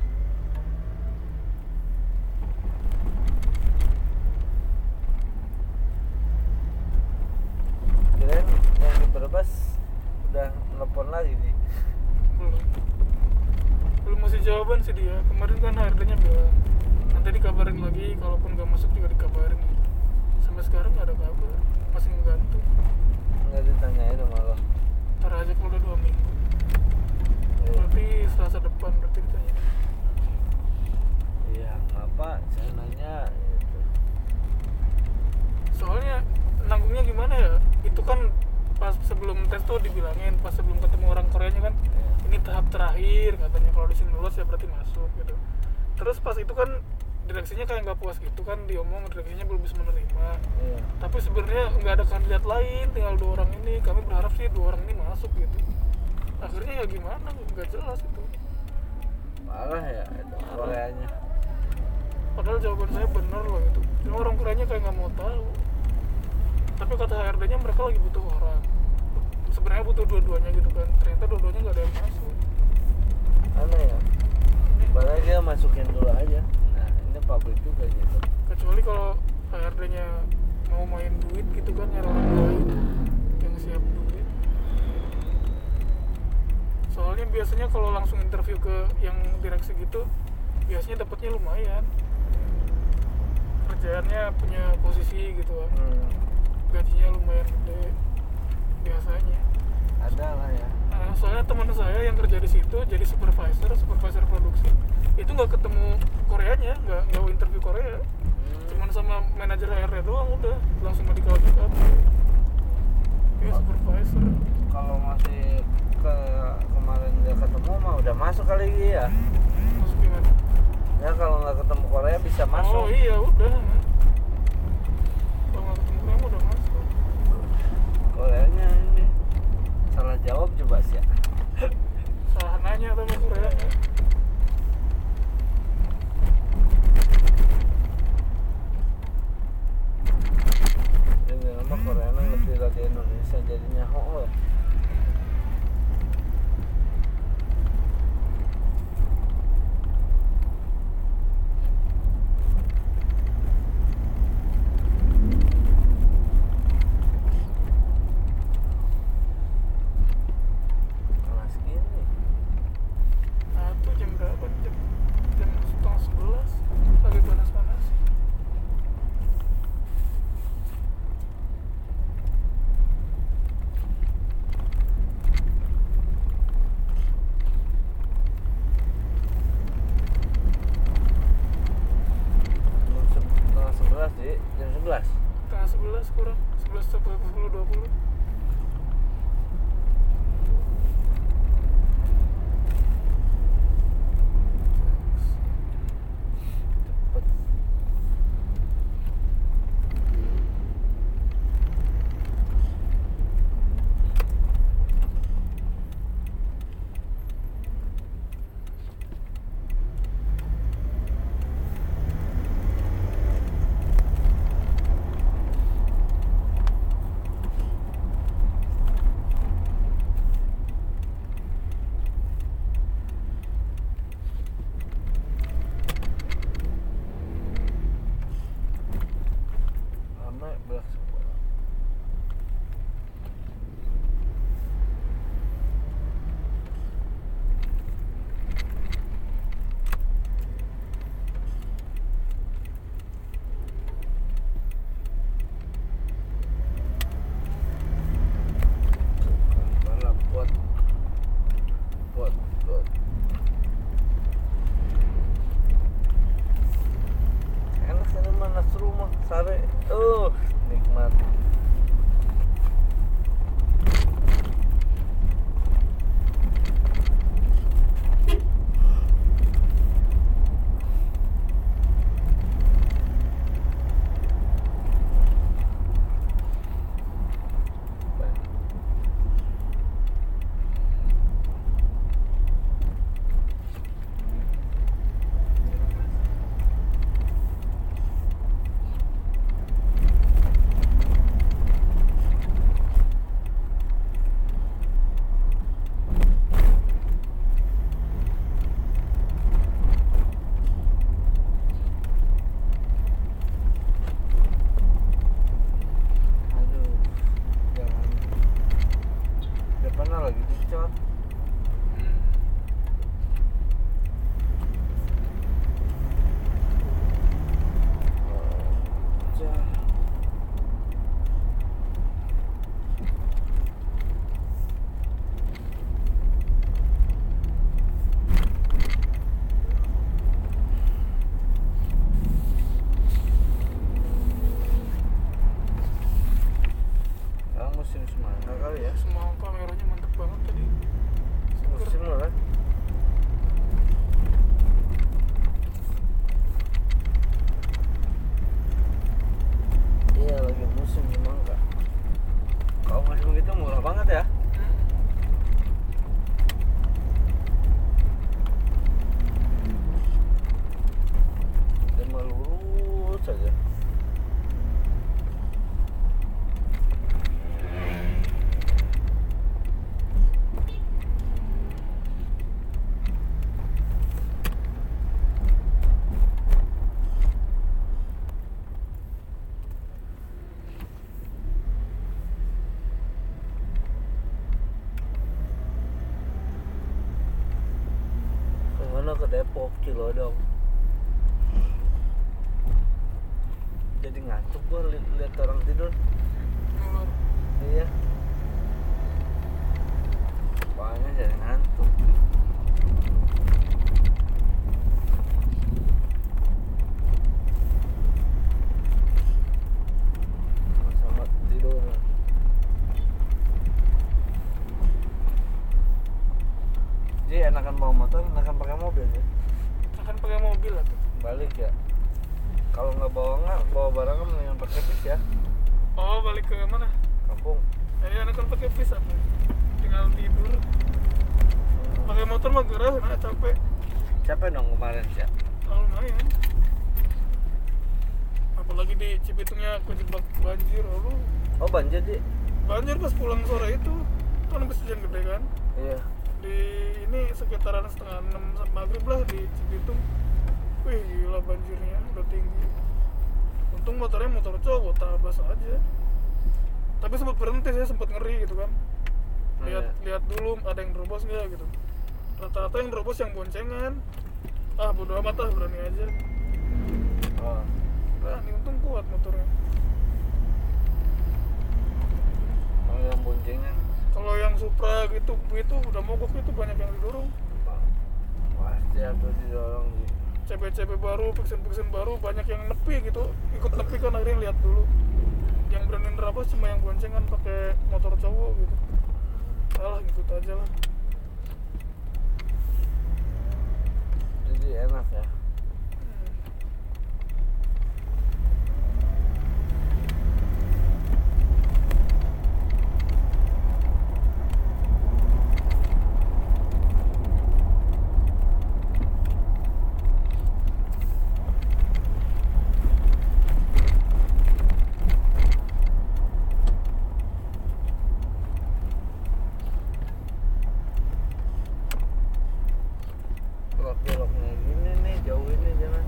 Kirain yang di Brebes udah nelpon lagi Ji. Belum. Belum masih jawaban sih dia. Kemarin kan H R D-nya bilang nanti dikabarin lagi, kalaupun nggak masuk juga dikabarin. Sampai sekarang nggak ada kabar, masih menggantung. Nggak ditanyain sama lo. Ntar aja kalau udah dua minggu. Iya. Berarti Selasa depan berarti ditanya. Iya, ngapa saya nanya gitu. Soalnya nanggungnya gimana ya? Itu kan pas sebelum tes tuh dibilangin, pas sebelum ketemu orang Koreanya kan, ini tahap terakhir katanya, kalau di sini lulus ya berarti masuk gitu. Terus pas itu kan direksinya kayak nggak puas gitu kan, diomong direksinya belum bisa menerima. Iya. Tapi sebenarnya nggak ada kandidat lain, tinggal dua orang ini. Kami berharap sih dua orang ini masuk gitu. Akhirnya ya gimana? Nggak jelas itu. Parah ya itu Koreanya. Padahal jawaban saya bener loh itu. Cuma orang Koreanya kayak nggak mau tahu. Tapi kata H R D-nya mereka lagi butuh orang. Sebenarnya butuh dua-duanya gitu kan. Ternyata dua-duanya nggak ada yang masuk. Aneh ya. Padahal dia masukin dulu aja. Nah ini pabrik juga gitu. Kecuali kalau H R D-nya mau main duit gitu kan, nyari orang lain yang siap duit. Soalnya biasanya kalau langsung interview ke yang direksi gitu, biasanya dapatnya lumayan. Kerjaannya punya posisi gitu kan. Hmm. Gajinya lumayan gede biasanya. ada lah ya. Nah, soalnya teman saya yang kerja di situ jadi supervisor, supervisor produksi, itu nggak ketemu Koreanya, nggak nggak interview Korea, Hmm. cuman sama manajer H R nya doang udah langsung medical check up. Ya supervisor. Kalau masih ke kemarin dia ketemu mah udah masuk kali ya. Masuk gimana? Ya kalau nggak ketemu Korea bisa masuk. Oh iya udah. Kalau nggak ketemu kamu udah masuk. Koreanya ini salah jawab coba sih ya. Salah nanya sama Korea. Ini nama Korea ngerti lagi Indonesia jadinya ho ya. Panas gini. Nah itu jam berapa? Jam jam setengah sebelas. Lagi panas-panas. Belum se- setengah sebelas sih, jam sebelas. Setengah sebelas kurang. Sebelas sampai pukul dua puluh. Cepet. Lama belas sekolah. Balap buat buat buat enak ini mana rumah sare uh nikmat. Aduh, jangan depannya lagi dicot. Cah. Sekarang musim semangka kali ya. Semua kameranya mantep banget tadi. Musim lah kan. Iya lagi musim semangka. Kalau musim gitu murah banget ya. Cuma lurus saja. Kemana ke Depok, Cilodong. Jadi ngantuk gua li- lihat orang tidur. Keluar. Iya. Soalnya jadi ngantuk. Sama tidur. Jadi enakan bawa motor, enakan pakai mobil ya. Akan pakai mobil lah tuh. Balik ya. Kalau nggak bawa nggak bawa barang kan mendingan pakai bis ya. Oh, balik ke mana? Kampung. Ini anak kan pakai bis apa? Tinggal tidur. Pakai motor mah gerah, nah capek. Capek dong kemarin sih ya. Oh, lumayan. Apalagi di Cibitungnya kejebak banjir, aduh. Oh banjir di. Banjir pas pulang sore itu kan habis hujan gede kan. Iya. Di ini sekitaran setengah enam sampai maghrib lah di Cibitung. Wih gila banjirnya udah tinggi. Untung motornya motor cowok tabas aja. Tapi sempat berhenti, saya sempat ngeri gitu kan. Lihat Iya. lihat dulu ada yang nerobos nggak gitu. Rata-rata yang nerobos yang boncengan. Ah bodo amat ah, berani aja. Oh. Berani, untung kuat motornya. Oh yang boncengan. Kalau yang Supra gitu itu udah mogok itu banyak yang didorong. Pasti aku didorong sih. C B C B baru, vaksin-vaksin baru banyak yang nepi gitu, ikut nepi kan akhirnya lihat dulu. Yang berani nerabas cuma yang boncengan pakai motor cowok gitu. Alah ikut aja lah. Jadi enak ya. Hmm. Belok-beloknya gini nih, jauh ini jangan.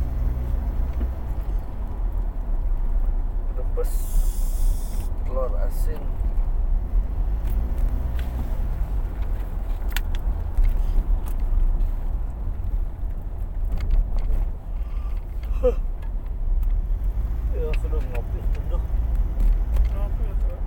Rebes telur asin. Huh. Ya aku udah ngopi tuh. Apa ya tuh?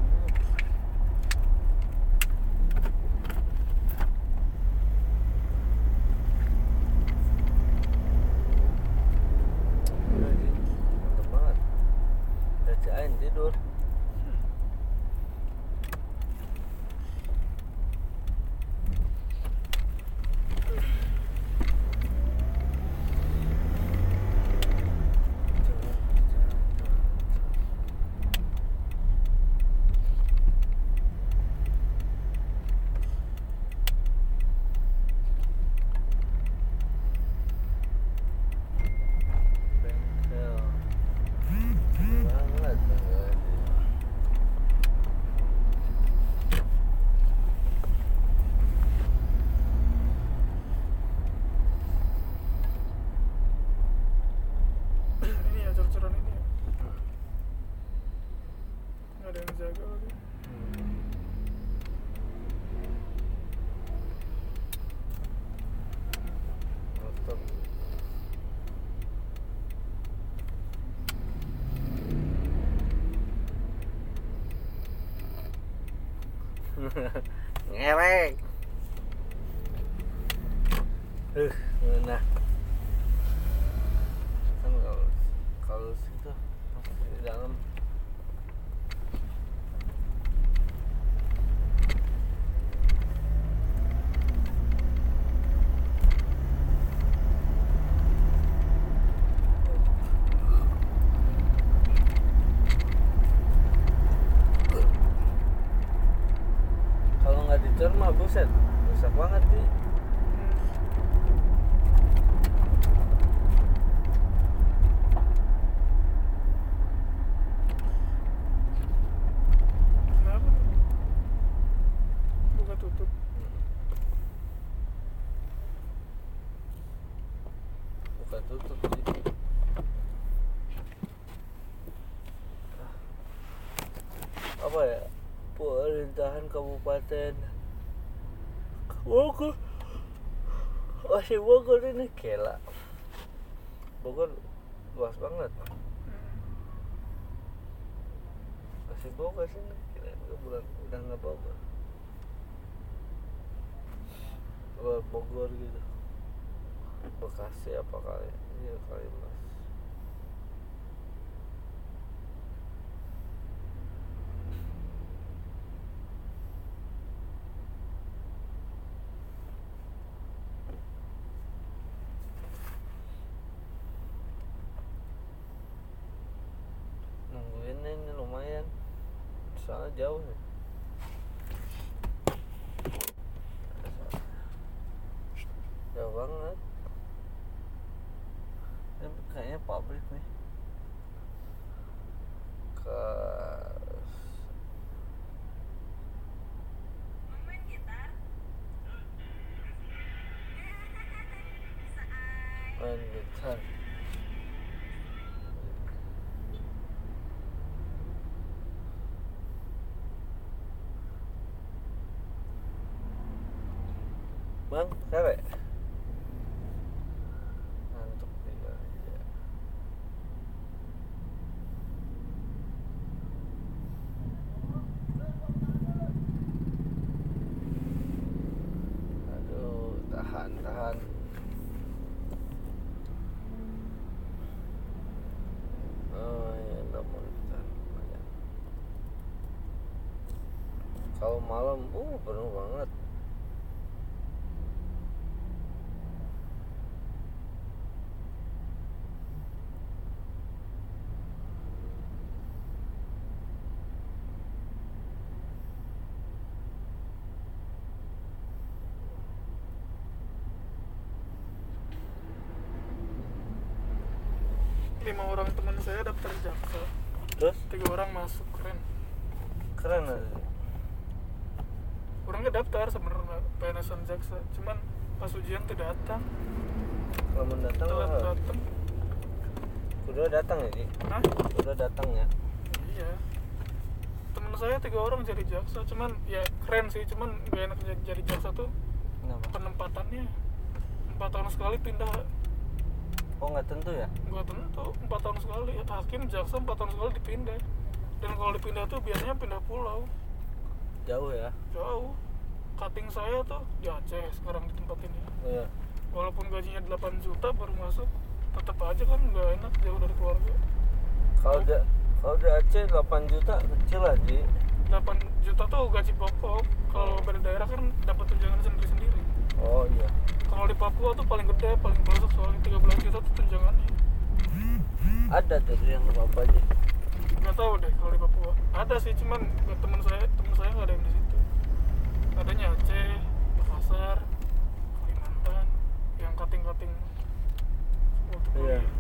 Udah sih, mantep banget. Udah cain tidur. Bengkel banget bengkel ini. Ini ya cor-coran ini ya. Nggak ada yang jaga lagi. Mantap. Ngerek. Uh, nah. Kan kalau kalau situ masuk di dalam. Kalau nggak dicor mah buset, rusak banget sih. Kenapa tuh? Buka tutup. Buka tutup sih. Apa ya? Pemerintahan Kabupaten Bogor. Masih Bogor ini gila. Bogor luas banget. Masih Bogor sini. Kira udah bulan udah nggak Bogor. luar Bogor gitu, Bekasi apa kali, iya kali mas. Nungguin ini lumayan, soalnya jauh nih. Jauh banget. Ini kayaknya pabrik nih. Ke main gitar. Bang, cewek ngantuk juga ya. Aduh, tahan tahan. Oh ya, udah mau tahan lumayan. Kalau malam, uh penuh banget. Lima orang teman saya daftar jaksa, Terus tiga orang masuk, keren. keren aja. Orangnya daftar sebenarnya P N S-an jaksa, cuman pas ujian tuh datang, Kalau mendatang telat lah. datang. Udah datang ya, Ji? Hah? Udah datang ya. Iya. Temen saya tiga orang jadi jaksa, cuman ya keren sih, cuman gak enak jadi, jadi jaksa tuh Kenapa? penempatannya. Empat tahun sekali pindah, Oh nggak tentu ya? nggak tentu. Empat tahun sekali, hakim jaksa empat tahun sekali dipindah. Dan kalau dipindah tuh biasanya pindah pulau, Jauh ya? jauh. Cutting saya tuh di Aceh sekarang di tempat ini. Iya. Walaupun gajinya delapan juta baru masuk, tetap aja kan nggak enak jauh dari keluarga. Kalau udah kalau udah Aceh delapan juta kecil aja. delapan juta tuh gaji pokok. Kalau beda daerah kan dapat tunjangan sendiri-sendiri. Oh iya. Kalau di Papua tuh paling gede, paling besar, soalnya tiga belas juta tuh tunjangannya. Ada tuh yang apa aja. Nggak tahu deh kalau di Papua. Ada sih, cuman teman saya teman saya nggak ada yang di situ. Adanya Aceh, Makassar, Kalimantan, yang cutting-cutting waktu Iya. kuliah.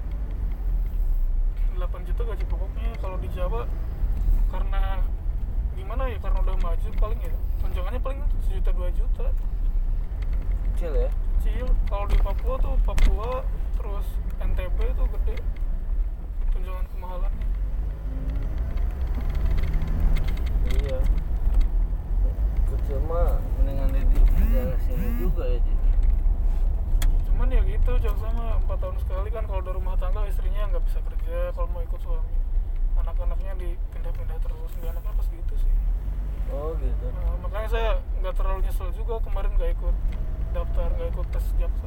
delapan juta gaji pokoknya. Kalau di Jawa karena gimana ya, karena udah maju paling ya tunjangannya paling sejuta dua juta. Kecil ya? Kecil. Kalau di Papua tuh Papua terus N T B tuh gede tunjangan kemahalannya. Iya. Kecil mah mendingan di di daerah sini juga ya, Ji. Cuman ya gitu, jaksa mah empat tahun sekali kan. Kalau udah rumah tangga istrinya nggak bisa kerja, kalau mau ikut suami, anak-anaknya dipindah-pindah terus. Nggak enaknya pas gitu sih. Oh gitu. Nah, makanya saya nggak terlalu nyesel juga kemarin nggak ikut daftar, nggak ikut tes jaksa.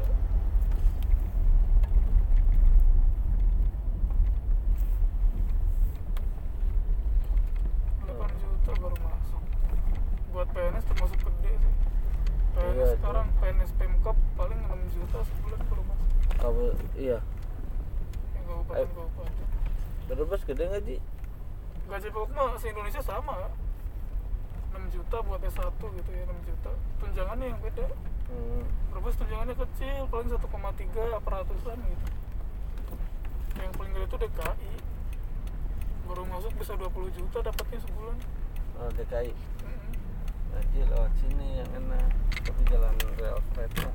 delapan juta baru masuk. Buat P N S termasuk gede sih. P N S Iya, sekarang P N S Pemkop paling enam juta sebulan baru masuk. Kalau iya. Yang kabupaten-kabupaten. Brebes gede nggak, Ji? Gaji pokok mah se-Indonesia sama, enam juta buat S satu gitu ya, enam juta. Tunjangannya yang beda. Hmm. Brebes tunjangannya kecil, paling satu koma tiga peratusan gitu. Yang paling gede itu D K I, baru masuk bisa dua puluh juta dapatnya sebulan. Oh, D K I. Mm-mm. Ngaji lewat sini yang enak. Tapi jalan rel kereta.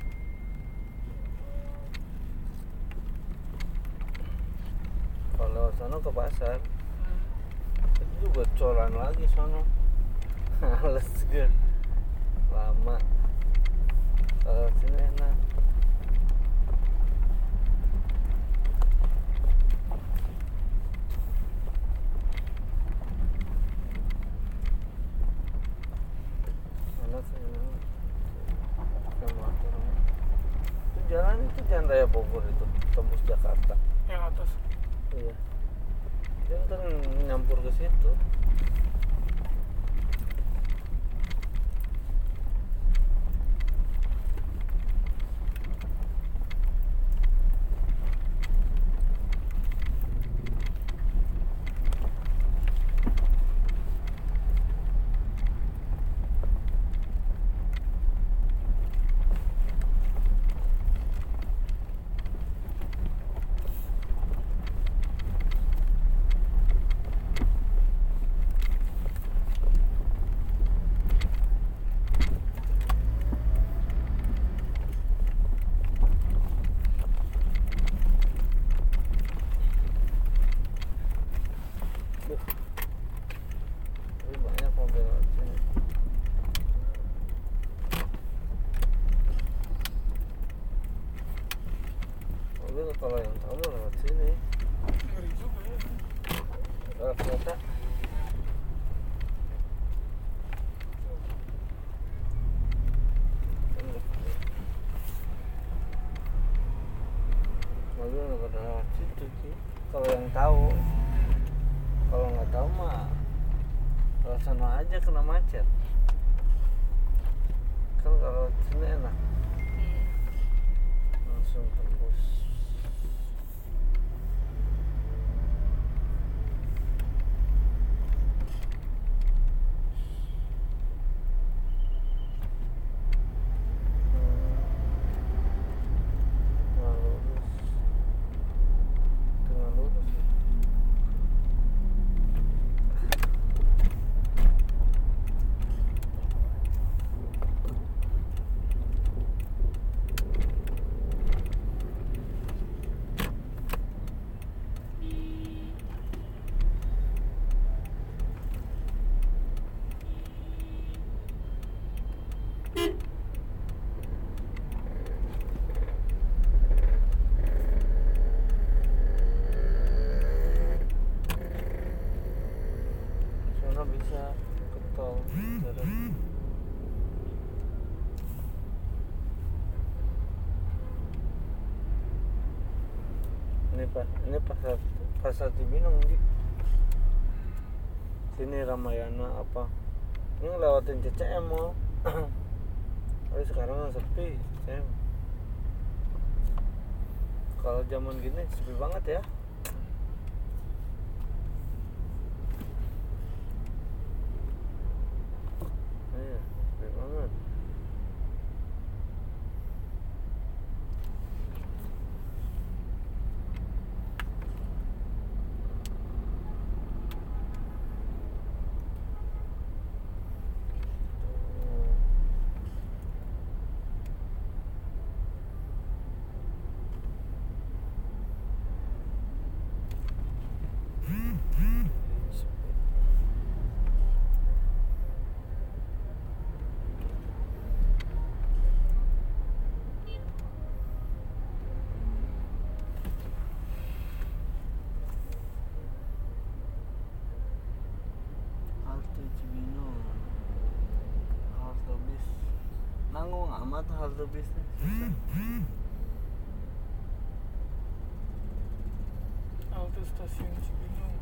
Kalau sono ke pasar, Hmm. itu juga coran lagi sono. Males gue. Lama. Kalau sini enak. Enak sih. Enak. jalan itu Jalan Raya Bogor itu tembus Jakarta. Yang atas. Iya. Dia ntar nyampur ke situ. Tapi banyak mobil lewat sini. Mobil kalau yang tahu lewat sini. Ngeri juga ya. Kalau kereta mobil nggak pada lewat situ sih. Kalau yang tahu, kalau nggak tahu mah lewat sana aja kena macet. Kan kalau sini enak, langsung tembus. Tinggal lurus, tinggal lurus. Soalnya bisa ke tol terus. Ini pak, ini pasar pasar Cibinong di sini Ramayana apa? Ini ngelewatin C C M mau. Tapi sekarang sepi C C M. Kalau zaman gini sepi banget ya. Iya, sepi banget. Halte Cibinong, halte bis. Nanggung amat halte bisnya. Susah. Halte stasiun Cibinong.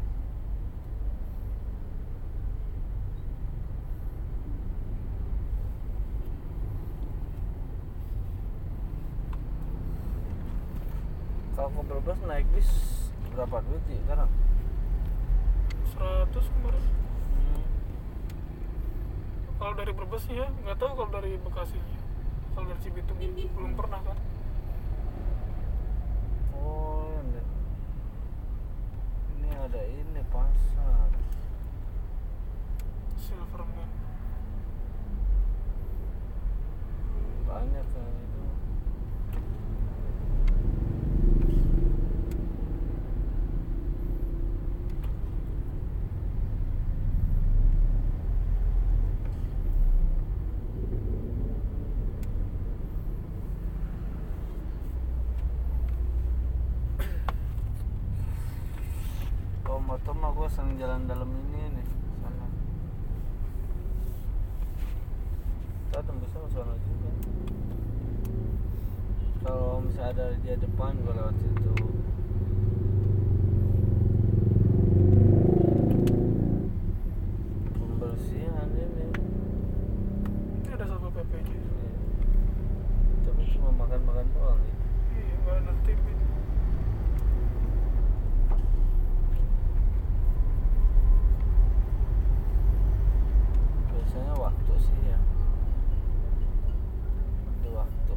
Kalau ke Brebes naik bis berapa duit sih sekarang? seratus kemarin. Kalau dari Brebes ya, nggak tahu kalau dari Bekasinya. Kalau dari Cibitung belum pernah kan. Oh, ini, ini ada ini pasar. Silverman. Banyak kan itu. Kalau motor mah gue sering jalan dalam ini nih sana. Kita tembusnya ke sana juga. Kalau ada di depan gue lewat situ. Pembersihan ini. Ini ada satpol P P aja. Iya. Tapi cuma makan-makan doang ya. Iya, nggak nertibin. Biasanya waktu sih ya. Di waktu.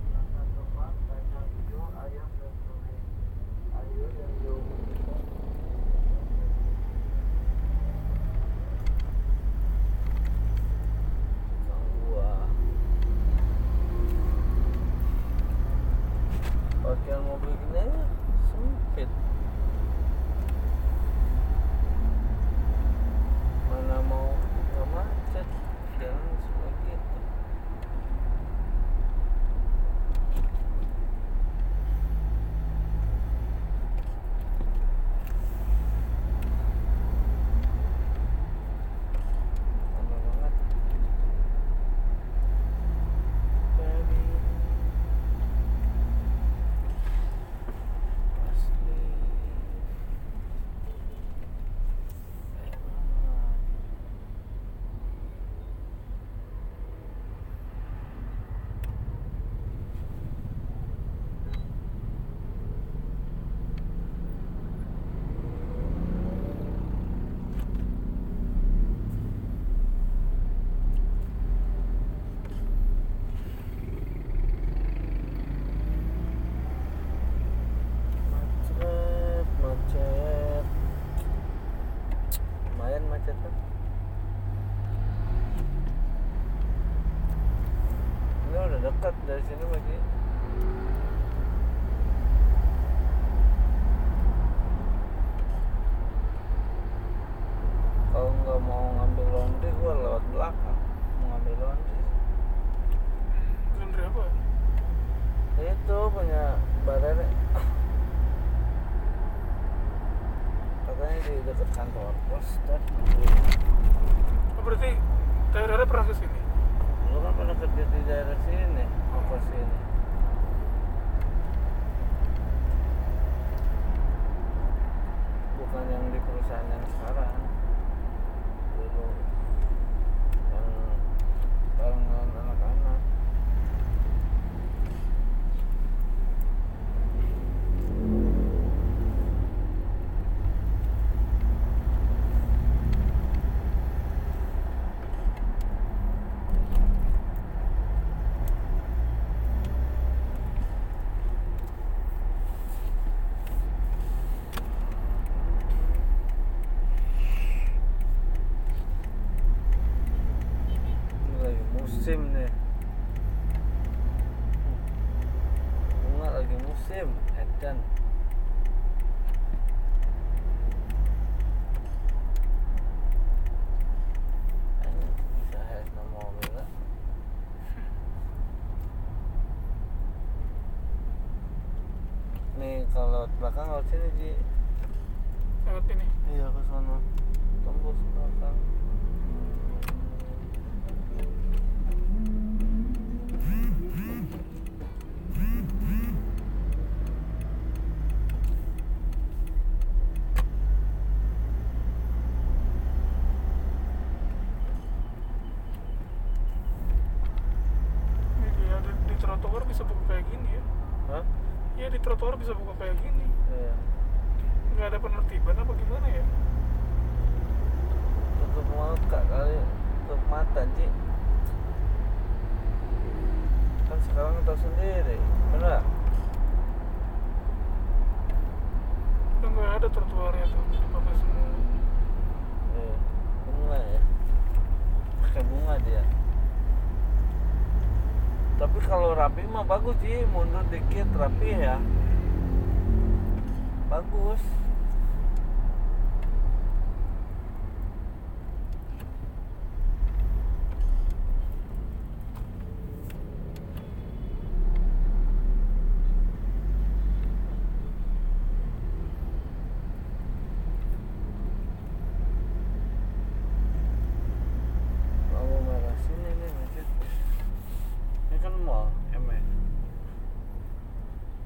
Tukang buah. Parkiran mobil gini aja sempit. Mana mau nggak macet, jalan semua gitu. Lama banget. Baby. Asli. Emang. Macet, macet. Lumayan macet kan? Ini udah dekat dari sini lagi. Kalau nggak mau ngambil laundry, gua lewat belakang. Mau ngambil laundry. Hmm, laundry apa? Itu punya Barere. Katanya di dekat kantor pos tadi. Oh, berarti daerahnya pernah ke sini? Lu kan pernah kerja di daerah sini, apa sini? Bukan yang di perusahaan yang sekarang. Dulu yang barengan anak-anak. Ini lagi musim nih. Bunga lagi musim, edan. Ini bisa head nama mobil lah. Nih kalau lewat belakang lewat sini Ji. Lewat ini. Iya ke sana. Tembus belakang. Ini dia di, di trotoar bisa buka kayak gini ya. Hah? Iya, di trotoar bisa buka kayak gini. Iya. Nggak ada penertiban apa gimana ya? Tutup muka kali, tutup mata Ji. Kan sekarang tahu sendiri, bener? Udah nggak ada trotoarnya tuh, dipakai semua. Iya. Bunga ya. Pakai bunga dia. Tapi kalau rapi mah bagus Ji, mundur dikit rapi ya. Bagus. Lampu merah sini nih macet. Ini kan mall, M E.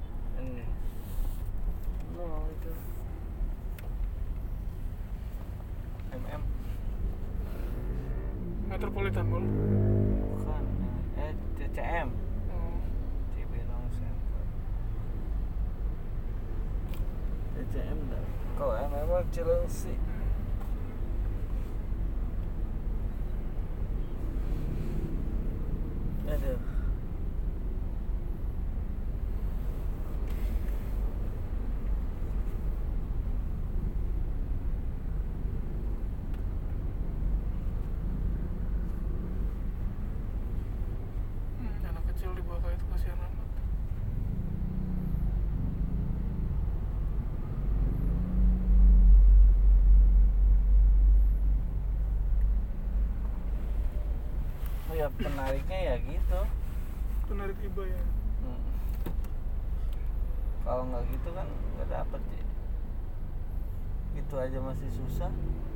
Metropolitan Mall. Bukan, eh C C M. Oh. Cibinong Center. C C M dah. Kau eh memang Cilengsi. Aduh. Hmm, anak kecil dibawa kayak itu kasihan amat. Oh ya penariknya ya gitu. Penarik riba ya. Hmm. Kalau nggak gitu kan nggak dapet ya. Gitu aja masih susah.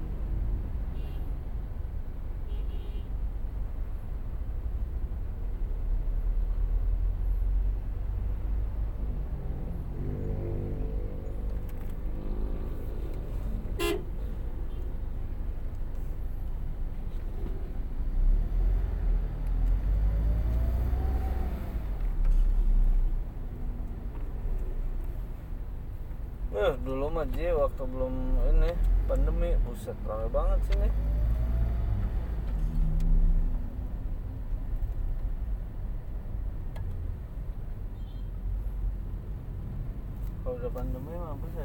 Eh, dulu mah Ji, waktu belum ini pandemi, buset ramai banget sini. Kalau udah pandemi mah buset.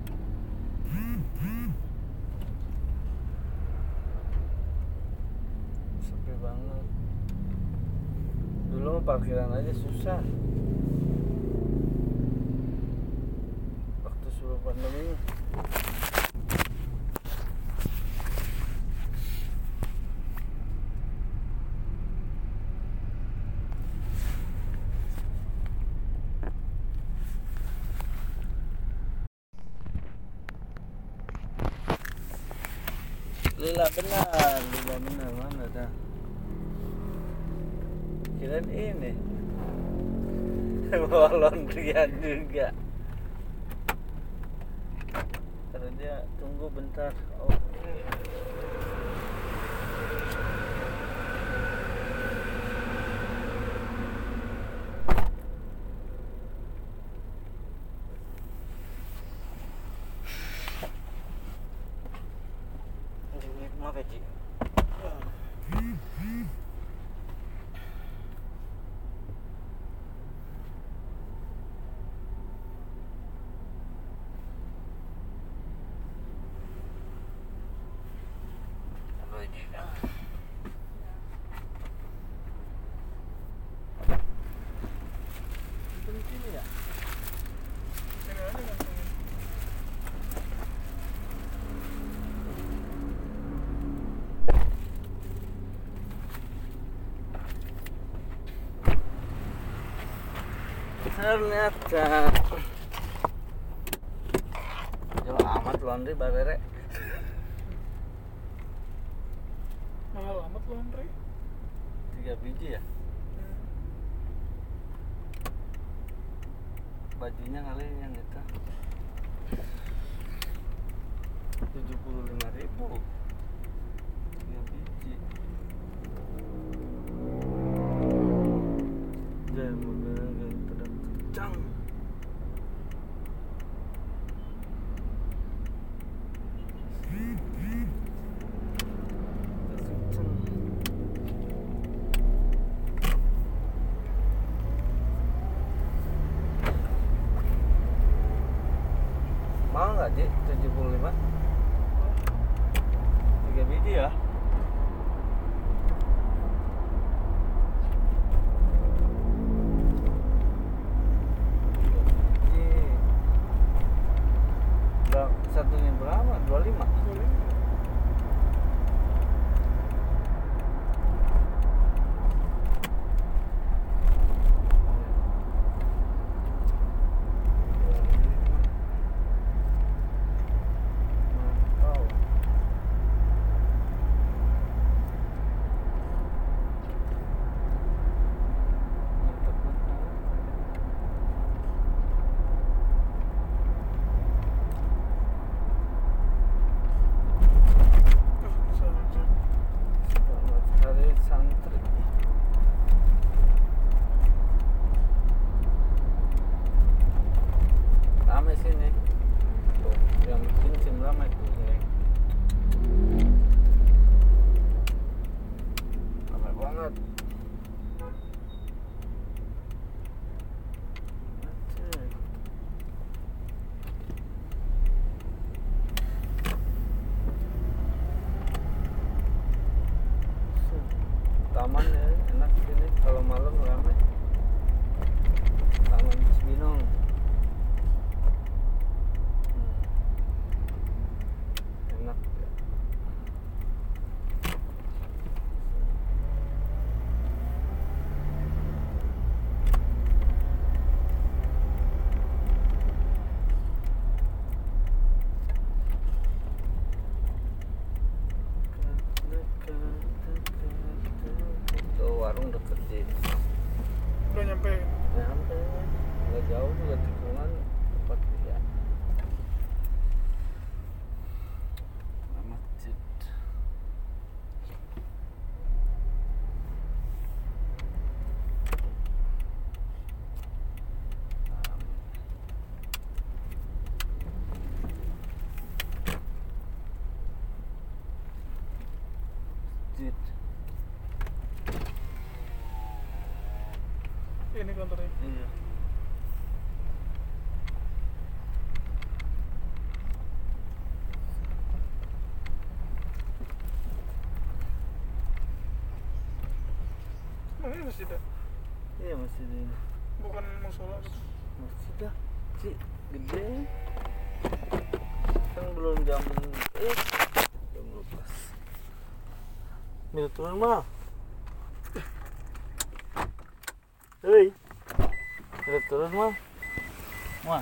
Sepi banget. Dulu mah parkiran aja susah. Waktu sebelum pandemi. Lila benar, lila benar mana dah? Kirain ini. Bawa laundryan juga. Karena dia tunggu bentar. Oh, ini. Maaf ya Ci. Apa ini? Penting ya? Sini aja langsung. Ternyata jauh amat laundry barere. Mahal amat laundry. Tiga biji ya? Bajunya kali yang itu tujuh puluh lima ribu. Tiga biji. Dan mobil yang pada kencang. Kencang. Mau nggak Ji? tujuh puluh lima? Tiga biji ya? Satunya berapa? dua puluh lima? Boleh. Mantap. malam rame. Taman Cibinong. Hmm. Enak ya. Tuh warung deket di Udah nyampe. nyampe nggak jauh juga tikungan tempat dia masjid. Masjid. Ini kantornya. Iya. Emang ini masjid ya? Iya masjid ini. Bukan musola gitu. Masjid dah sih gede. Kan belum jam eh jam dua belas. Mil turun mah. Hei. Mil turun mah. Mah.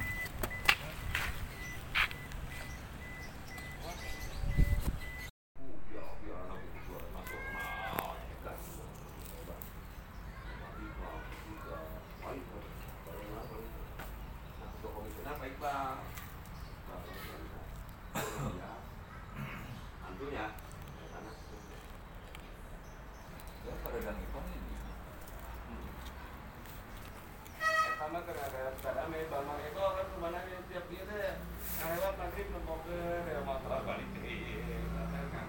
Sama kadang-kadang kadang memang itu orang kemana dia tiap dia deh lewat maghrib nempok ke ya motor balik ke kan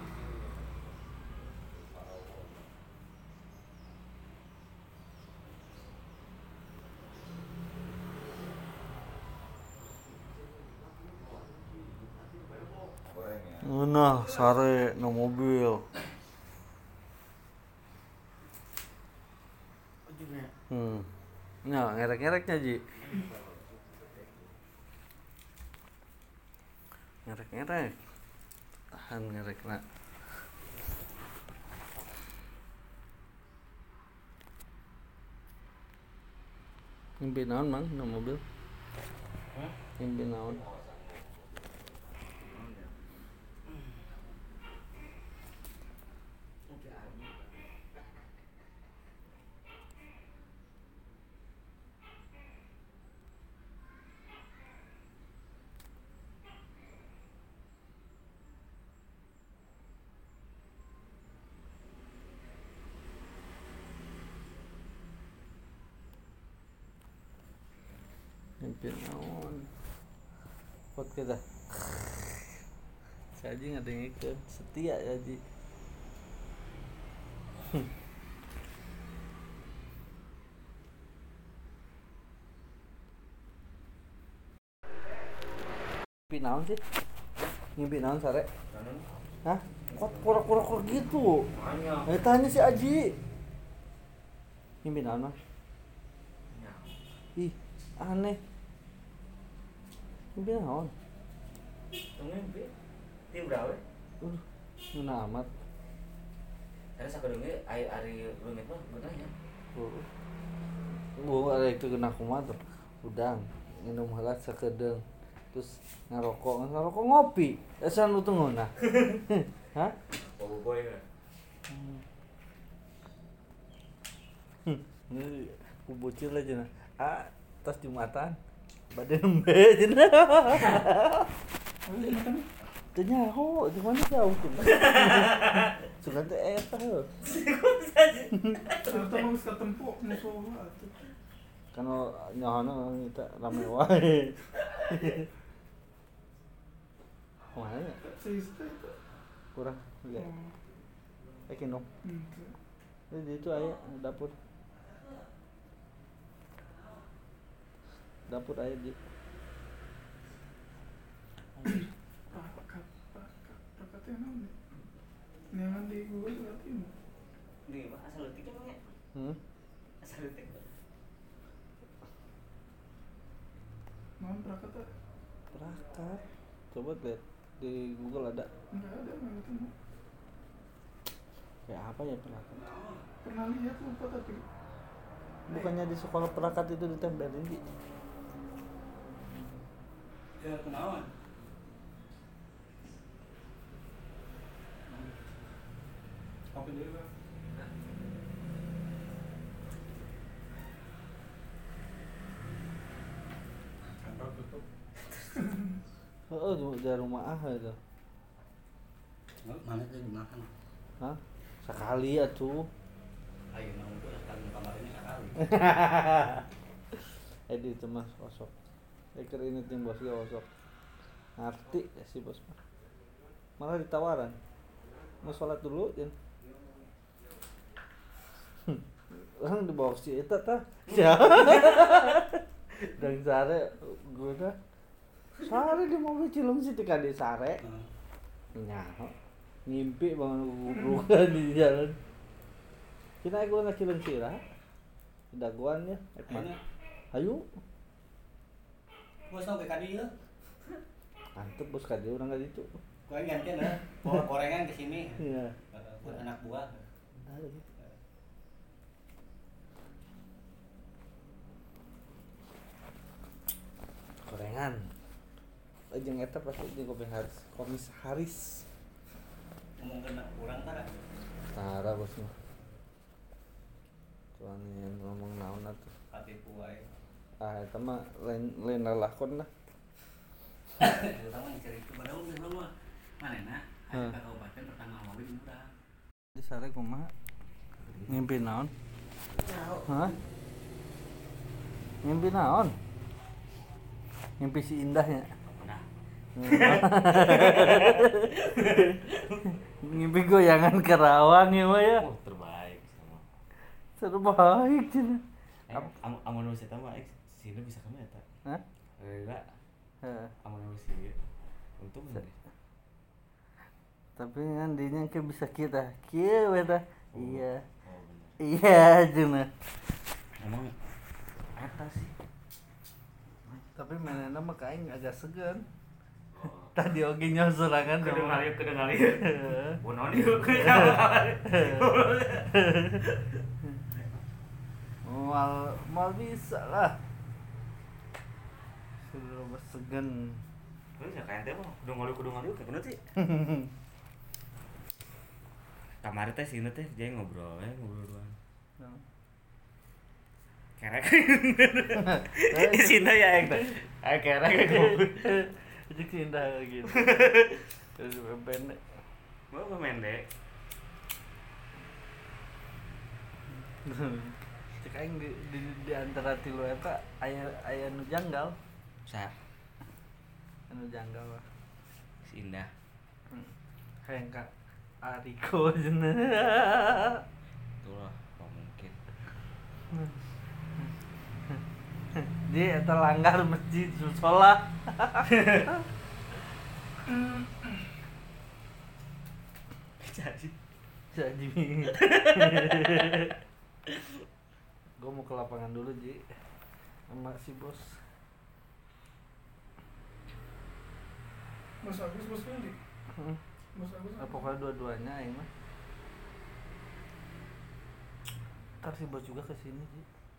Nah, sare no mobil. Hmm. Nah, ngerek-ngereknya Ji. Ngerek-ngerek. Tahan ngerek nak. Ngimpi naon mang no mobil? Ngimpi naon? Ngimpi naon? Pot kita. Si Aji nggak ada yang ikut, setia ya Aji. Ngimpi naon sih? Ngimpi naon sare? Hah? Kok pura-pura gitu? Eh tanya si Aji. Ngimpi naon mah? Ih, aneh. Ngimpi naon? Ngimpi tim berapa? Uh, ngena amat. Karena sakadungnya ari ari rumit mah gunanya. Uh. Bu, ada itu kena kumaha tuh. Udang, minum heula sakedeung. Terus ngarokok, ngarokok ngopi. Asa nu tunguna. Hah? Oh boy ya. Hmm. Ini ku bocil aja nah. Ah, tas Jumatan. Bade nembe cenah. Teu nyaho, di mana jauh tuh. Sugan teh eta heuh. Ternyata mau bisa tempuh musola tuh. Kana nyahana kita rame wae. Mana ya? Seista itu. Kurang lihat. Oh. Eh kino. Hmm. Di itu aya dapur. Dapur aya di. Pak pak pak pakatnya naon nih? Neangan di Google berarti mah. Di mah asal leutik emang ya. Hmm. Asal Mohon berangkat tak? Prakat. Coba lihat di Google ada. Enggak ada, enggak ketemu. Kayak apa ya prakat? Pernah lihat lupa tapi Bukannya di sekolah prakat itu ditempelin di Ya kenalan. Kopi dulu Bang. Kantor tutup. oh cuma dari rumah ah itu. Mana tuh dimakan? Hah? Sekali ya tuh. Ayo nang itu akan kamarnya kali. Eh di itu mas kosok. Eker ini tim bos kosok. Ngerti ya si bos mah. Malah ditawaran. Mau sholat dulu ya. Orang dibawa si eta tah. Dan sare gue dah. Sare di mobil Cilung sih tika di sare. Nyaho. Ngimpi bangun gubrukan di jalan. Kita gue nggak Cilung sirah. Daguan ya. Ekman. Ayo. Bos tau ke kadi ya? Mantep bos kadi orang kadi itu. Kau gantian lah. Bawa gorengan ke sini. Iya. Buat anak buah. Gorengan. Jeung eta pasti di kopi Haris, komis Haris. Ngomong kena kurang tara. Tara bos mah. Tuan yang ngomong naon atuh. Katipu wae. Ah eta mah lain lain lalakon lah. Terutama yang cerita pada umum semua. Manehna Hmm. aya kabupaten pertama awal murah. Di sare kumaha? Ngimpi naon? Hah? Ngimpi naon? Ngimpi si indahnya. Nah, Ngimpi goyangan Karawang ya mah ya. Oh, terbaik sama. Terbaik cenah. Eh, am amun nu eta mah eh, sini bisa kamu eta. Hah? Heula, Heeh. amun nu sini. Untung deh. Tapi kan dinya ke bisa kita. Kieu eta. Iya. Oh, bener. Iya cenah. Emang eta sih. Tapi manehna mah kaing agak segan. Tadi oge nyawa sorangan Kedengar ya, kedengar ya. Heeh. Bonon ieu. Mal mal bisa lah. Sudah bersegan. Terus ya kayak teh mah kudu ngaliu kudu ngaliu kayak bener sih. Kamari teh sini teh jadi ngobrol ya ngobrol doang. Kerek. Di sini ya yang teh. Ah kerek ngobrol. Jadi indah gitu. Terus pendek. Mau pemain dek. Cek aing di, di, di antara tilu eta aya aya nu janggal. Sa Anu janggal lah. si Indah. Hmm. Hayang ka Ariko cenah. Itulah apa mungkin. Dia eta langgar masjid musola. Jadi Jadi gue mau ke lapangan dulu Ji sama si bos. Bos Agus, bos Willy. Hmm. Bos Agus. Nah, pokoknya dua-duanya aing mah. Ntar si bos juga kesini Ji.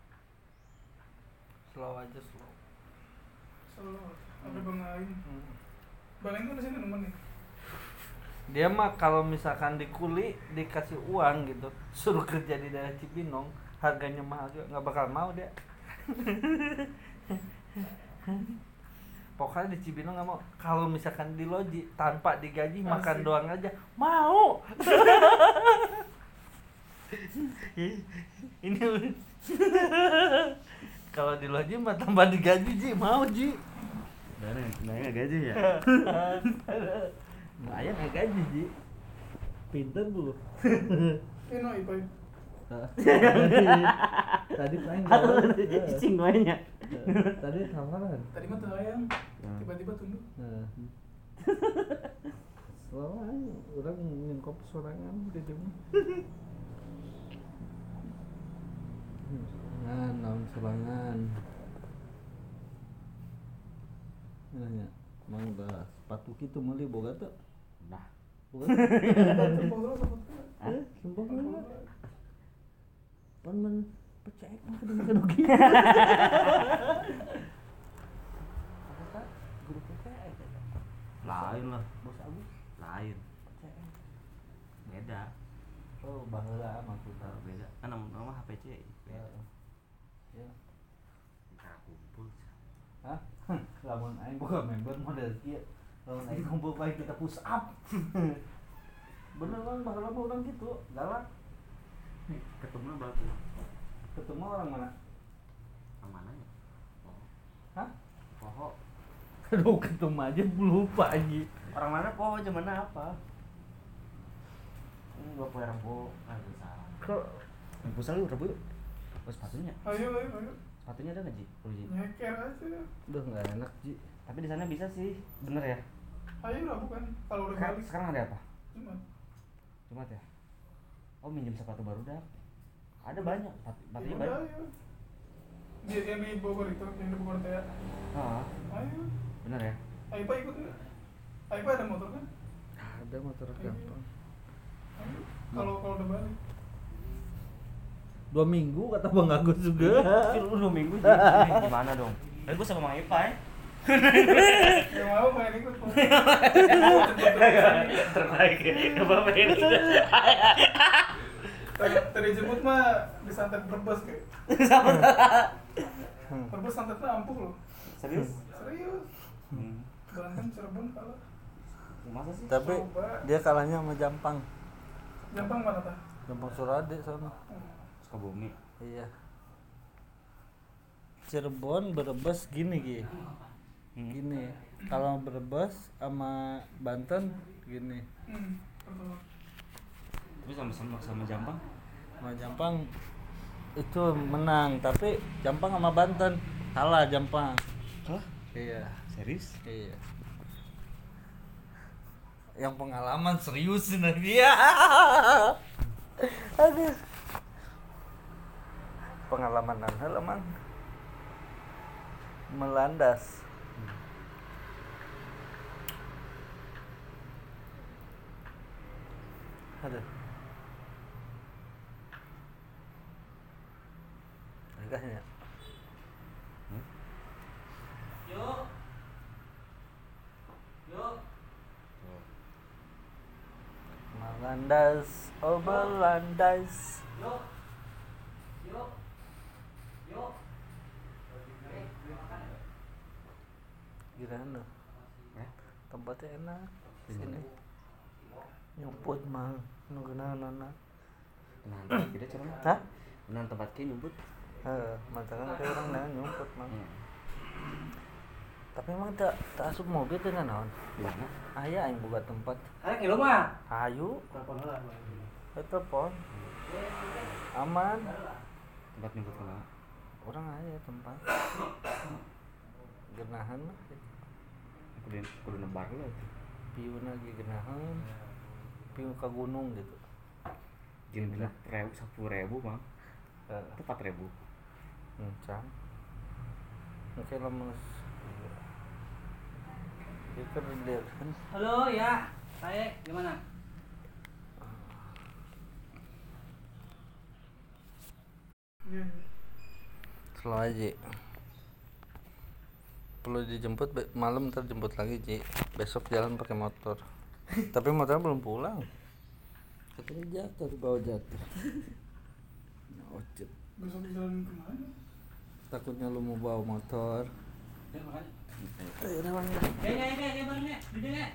Slow aja slow. Selalu ada Bang Aing. Hmm. Bang Aing kan di sini nemenin. Dia mah kalau misalkan dikuli dikasih uang gitu suruh kerja di daerah Cibinong harganya mahal juga nggak bakal mau dia. Pokoknya di Cibinong nggak mau. Kalau misalkan di loji tanpa digaji makan Asik. doang aja mau. Ini kalau di loji mah tanpa digaji Ji mau Ji. Mana nanya gaji ya? Lumayan nggak gaji Ji. Pinter bu. Eh no, Ipai. Tadi paling Cing nya. tadi samaran. Tadi mah tuh ayam. Tiba-tiba tunduk. Nah. Soalnya orang nyengkop sorangan di rumah. Serangan, naon serangan. Nanya, mau udah sepatu kitu meuli boga teu? Nah, Boga. Sumpah lu sama tuh. Eh, sumpah boga. Pan men pecek mah kudu makan oge. Apa guru P P S? lain lah, Bos Agus. lain. P C M. Beda. Oh, baheula maksudna. Oh, beda. Kan nama nama H P C. Ya. Beda. Ya. Kita kumpul. Hah? Lamun aing boga member model kieu. Lamun aing kumpul bae kita push up. Bener kan baheula mah urang kitu, galak. Ketemu berapa? Ketemu orang mana? Yang mana ya? Poho. Hah? Poho. Aduh, ketemu aja lupa aja. Orang mana Poho? Zaman apa? Ini gua punya rempo. Ah, bisa. Kok Rempo selalu rempo yuk. Oh, sepatunya. Ayo, ayo, ayo. Sepatunya ada nggak Ji? Oh, Ji. Nyeker aja. udah enggak enak, Ji. Tapi di sana bisa sih, bener ya? Ayo lah bukan. Kalau udah Sekarang, balik sekarang ada apa? cuma. Jumat ya? Oh, minjem sepatu baru dah. Ada banyak, sepatu- Ya sepatunya udah, banyak. ayo. Dia yang di Bogor itu, yang di Bogor Tea. Ah, Ayo. bener ya? Ayo Pak ikut nggak? Ayo Pak ada motor kan? Ada motor gampang. Ayo. Kalau kalau udah balik. Dua minggu kata Bang Agus juga. Kecil lu dua minggu Ji. Ini gimana dong? Tapi gua sama Mang Ipa ya. Yang mau main ikut Pak. Terbaik ya. Apa ini? Tadi tadi jemput mah disantet Brebes kayak. Brebes santetnya ampuh loh. Serius? Serius. Hmm. Bandung Cirebon kalah. Masa sih? Tapi Coba. dia kalahnya sama Jampang. Jampang mana tah? Jampang Surade sana. Sukabumi. Iya. Cirebon Brebes gini Gi. Hmm. Gini. Kalau Brebes sama Banten gini. Hmm. Betul. Tapi sama sama sama Jampang. Sama Jampang itu menang, tapi Jampang sama Banten kalah Jampang. Hah? Iya. Serius? Iya. Yang pengalaman serius ini dia. Aduh. Pengalaman heula mang. Melandas. Aduh. Agaknya. Hmm? Yuk. Yuk. Tuh. Melandas, oh melandas. Yuk. Yuk. Yuk. Eh, makan ya? Gimana? Eh? Tempatnya enak. Sini. Nyumput mang. Nu geuna nana. Nah, tempat kita curang. Hah? Nah, tempat kita nyumput. Heeh, mantangan kayak orang nah nyumput mang. Hmm. Tapi emang tak tak asup mobil teh naon? Di mana? Aya aing boga tempat. Ada kilo mah. Ayo, Telepon lah. eh, telepon. Aman. Tempat nyumput kemana? Orang aya tempat. Genahan mah. Kudu kudu nebar lah itu. Pieu lagi genahan. Pieu ka gunung gitu. Jeung dina ribu sepuluh ribu mah. Heeh. Itu empat ribu. Encang. Mungkin lemes. Itu dia kan. Halo ya. Saya gimana? Iya. Slow aja. Perlu dijemput be- malam ntar jemput lagi Ji. Besok jalan pakai motor. Tapi motornya belum pulang. Katanya jatuh di bawah jatuh. Nah, ocet. Besok jalan kemana? Takutnya lu mau bawa motor. Yuk makan. Ayo nawang. Ya ya ya ya bang ya. Duduk ya.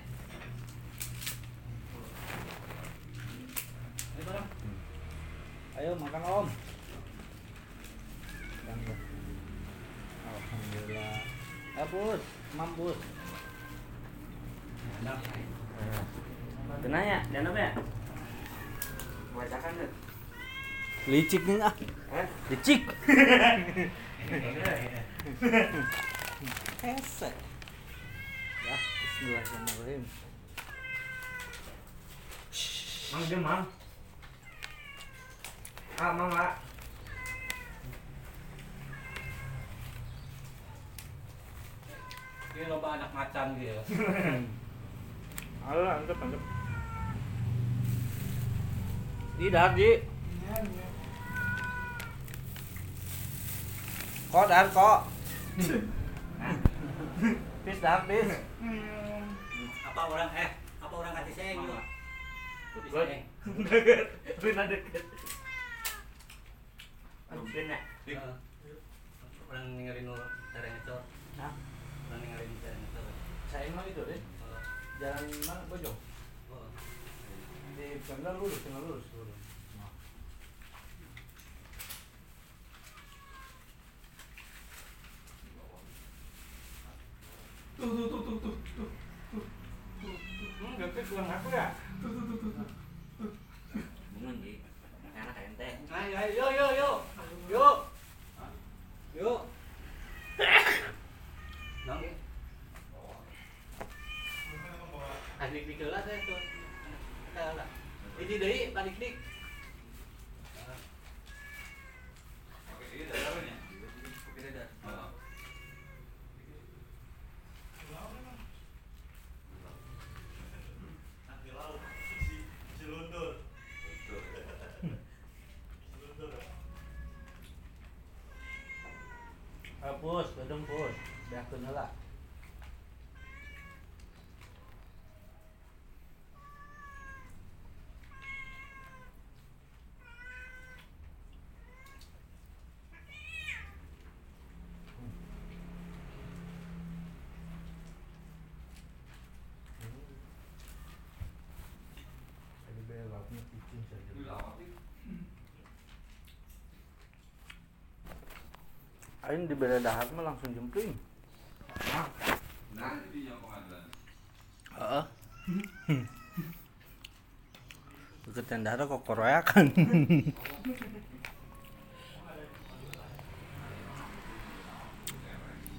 Ayo bareng. Ayo makan Om. Bangga. Alhamdulillah. Hapus, mampus. Itu nanya, dan apa ya? Bacakan tuh. Licik nih ah. Eh? Licik. Hese. Ya, bismillahirrahmanirrahim. Mang dia mang. Ah, mang lah. Ini loba anak macan gitu. Halo, antep antep. Di Darji. Kok dar kok. Pis dar pis. Apa orang eh apa orang kasih saya gitu. Good. Benar deket. Bener. Orang ninggalin lo cara ngecor. Nah, Orang ninggalin cara ngecor. saya mah itu deh. Jalan mana Bojong? Oh. Di Pemda lurus, tinggal lurus, lurus. Tuh tuh tuh tuh tuh tuh. Hmm, gak kurang aku ya? Bungan di anak ente. Ayo, ayo, yo, yo, yo, yo, yo. Nong. Adik di kelas saya tuh. Ada lah. Ini dari panik dik. Oke, ini dadarnya. Oke, dadar. Hapus, gedung pus, dah kenala. Tadi belaknya kucing saja. Ini lama sih. Aing di beda dahar mah langsung jempling. Nah, ini yang pengadilan. Heeh. Deket tendara kok koroyakan.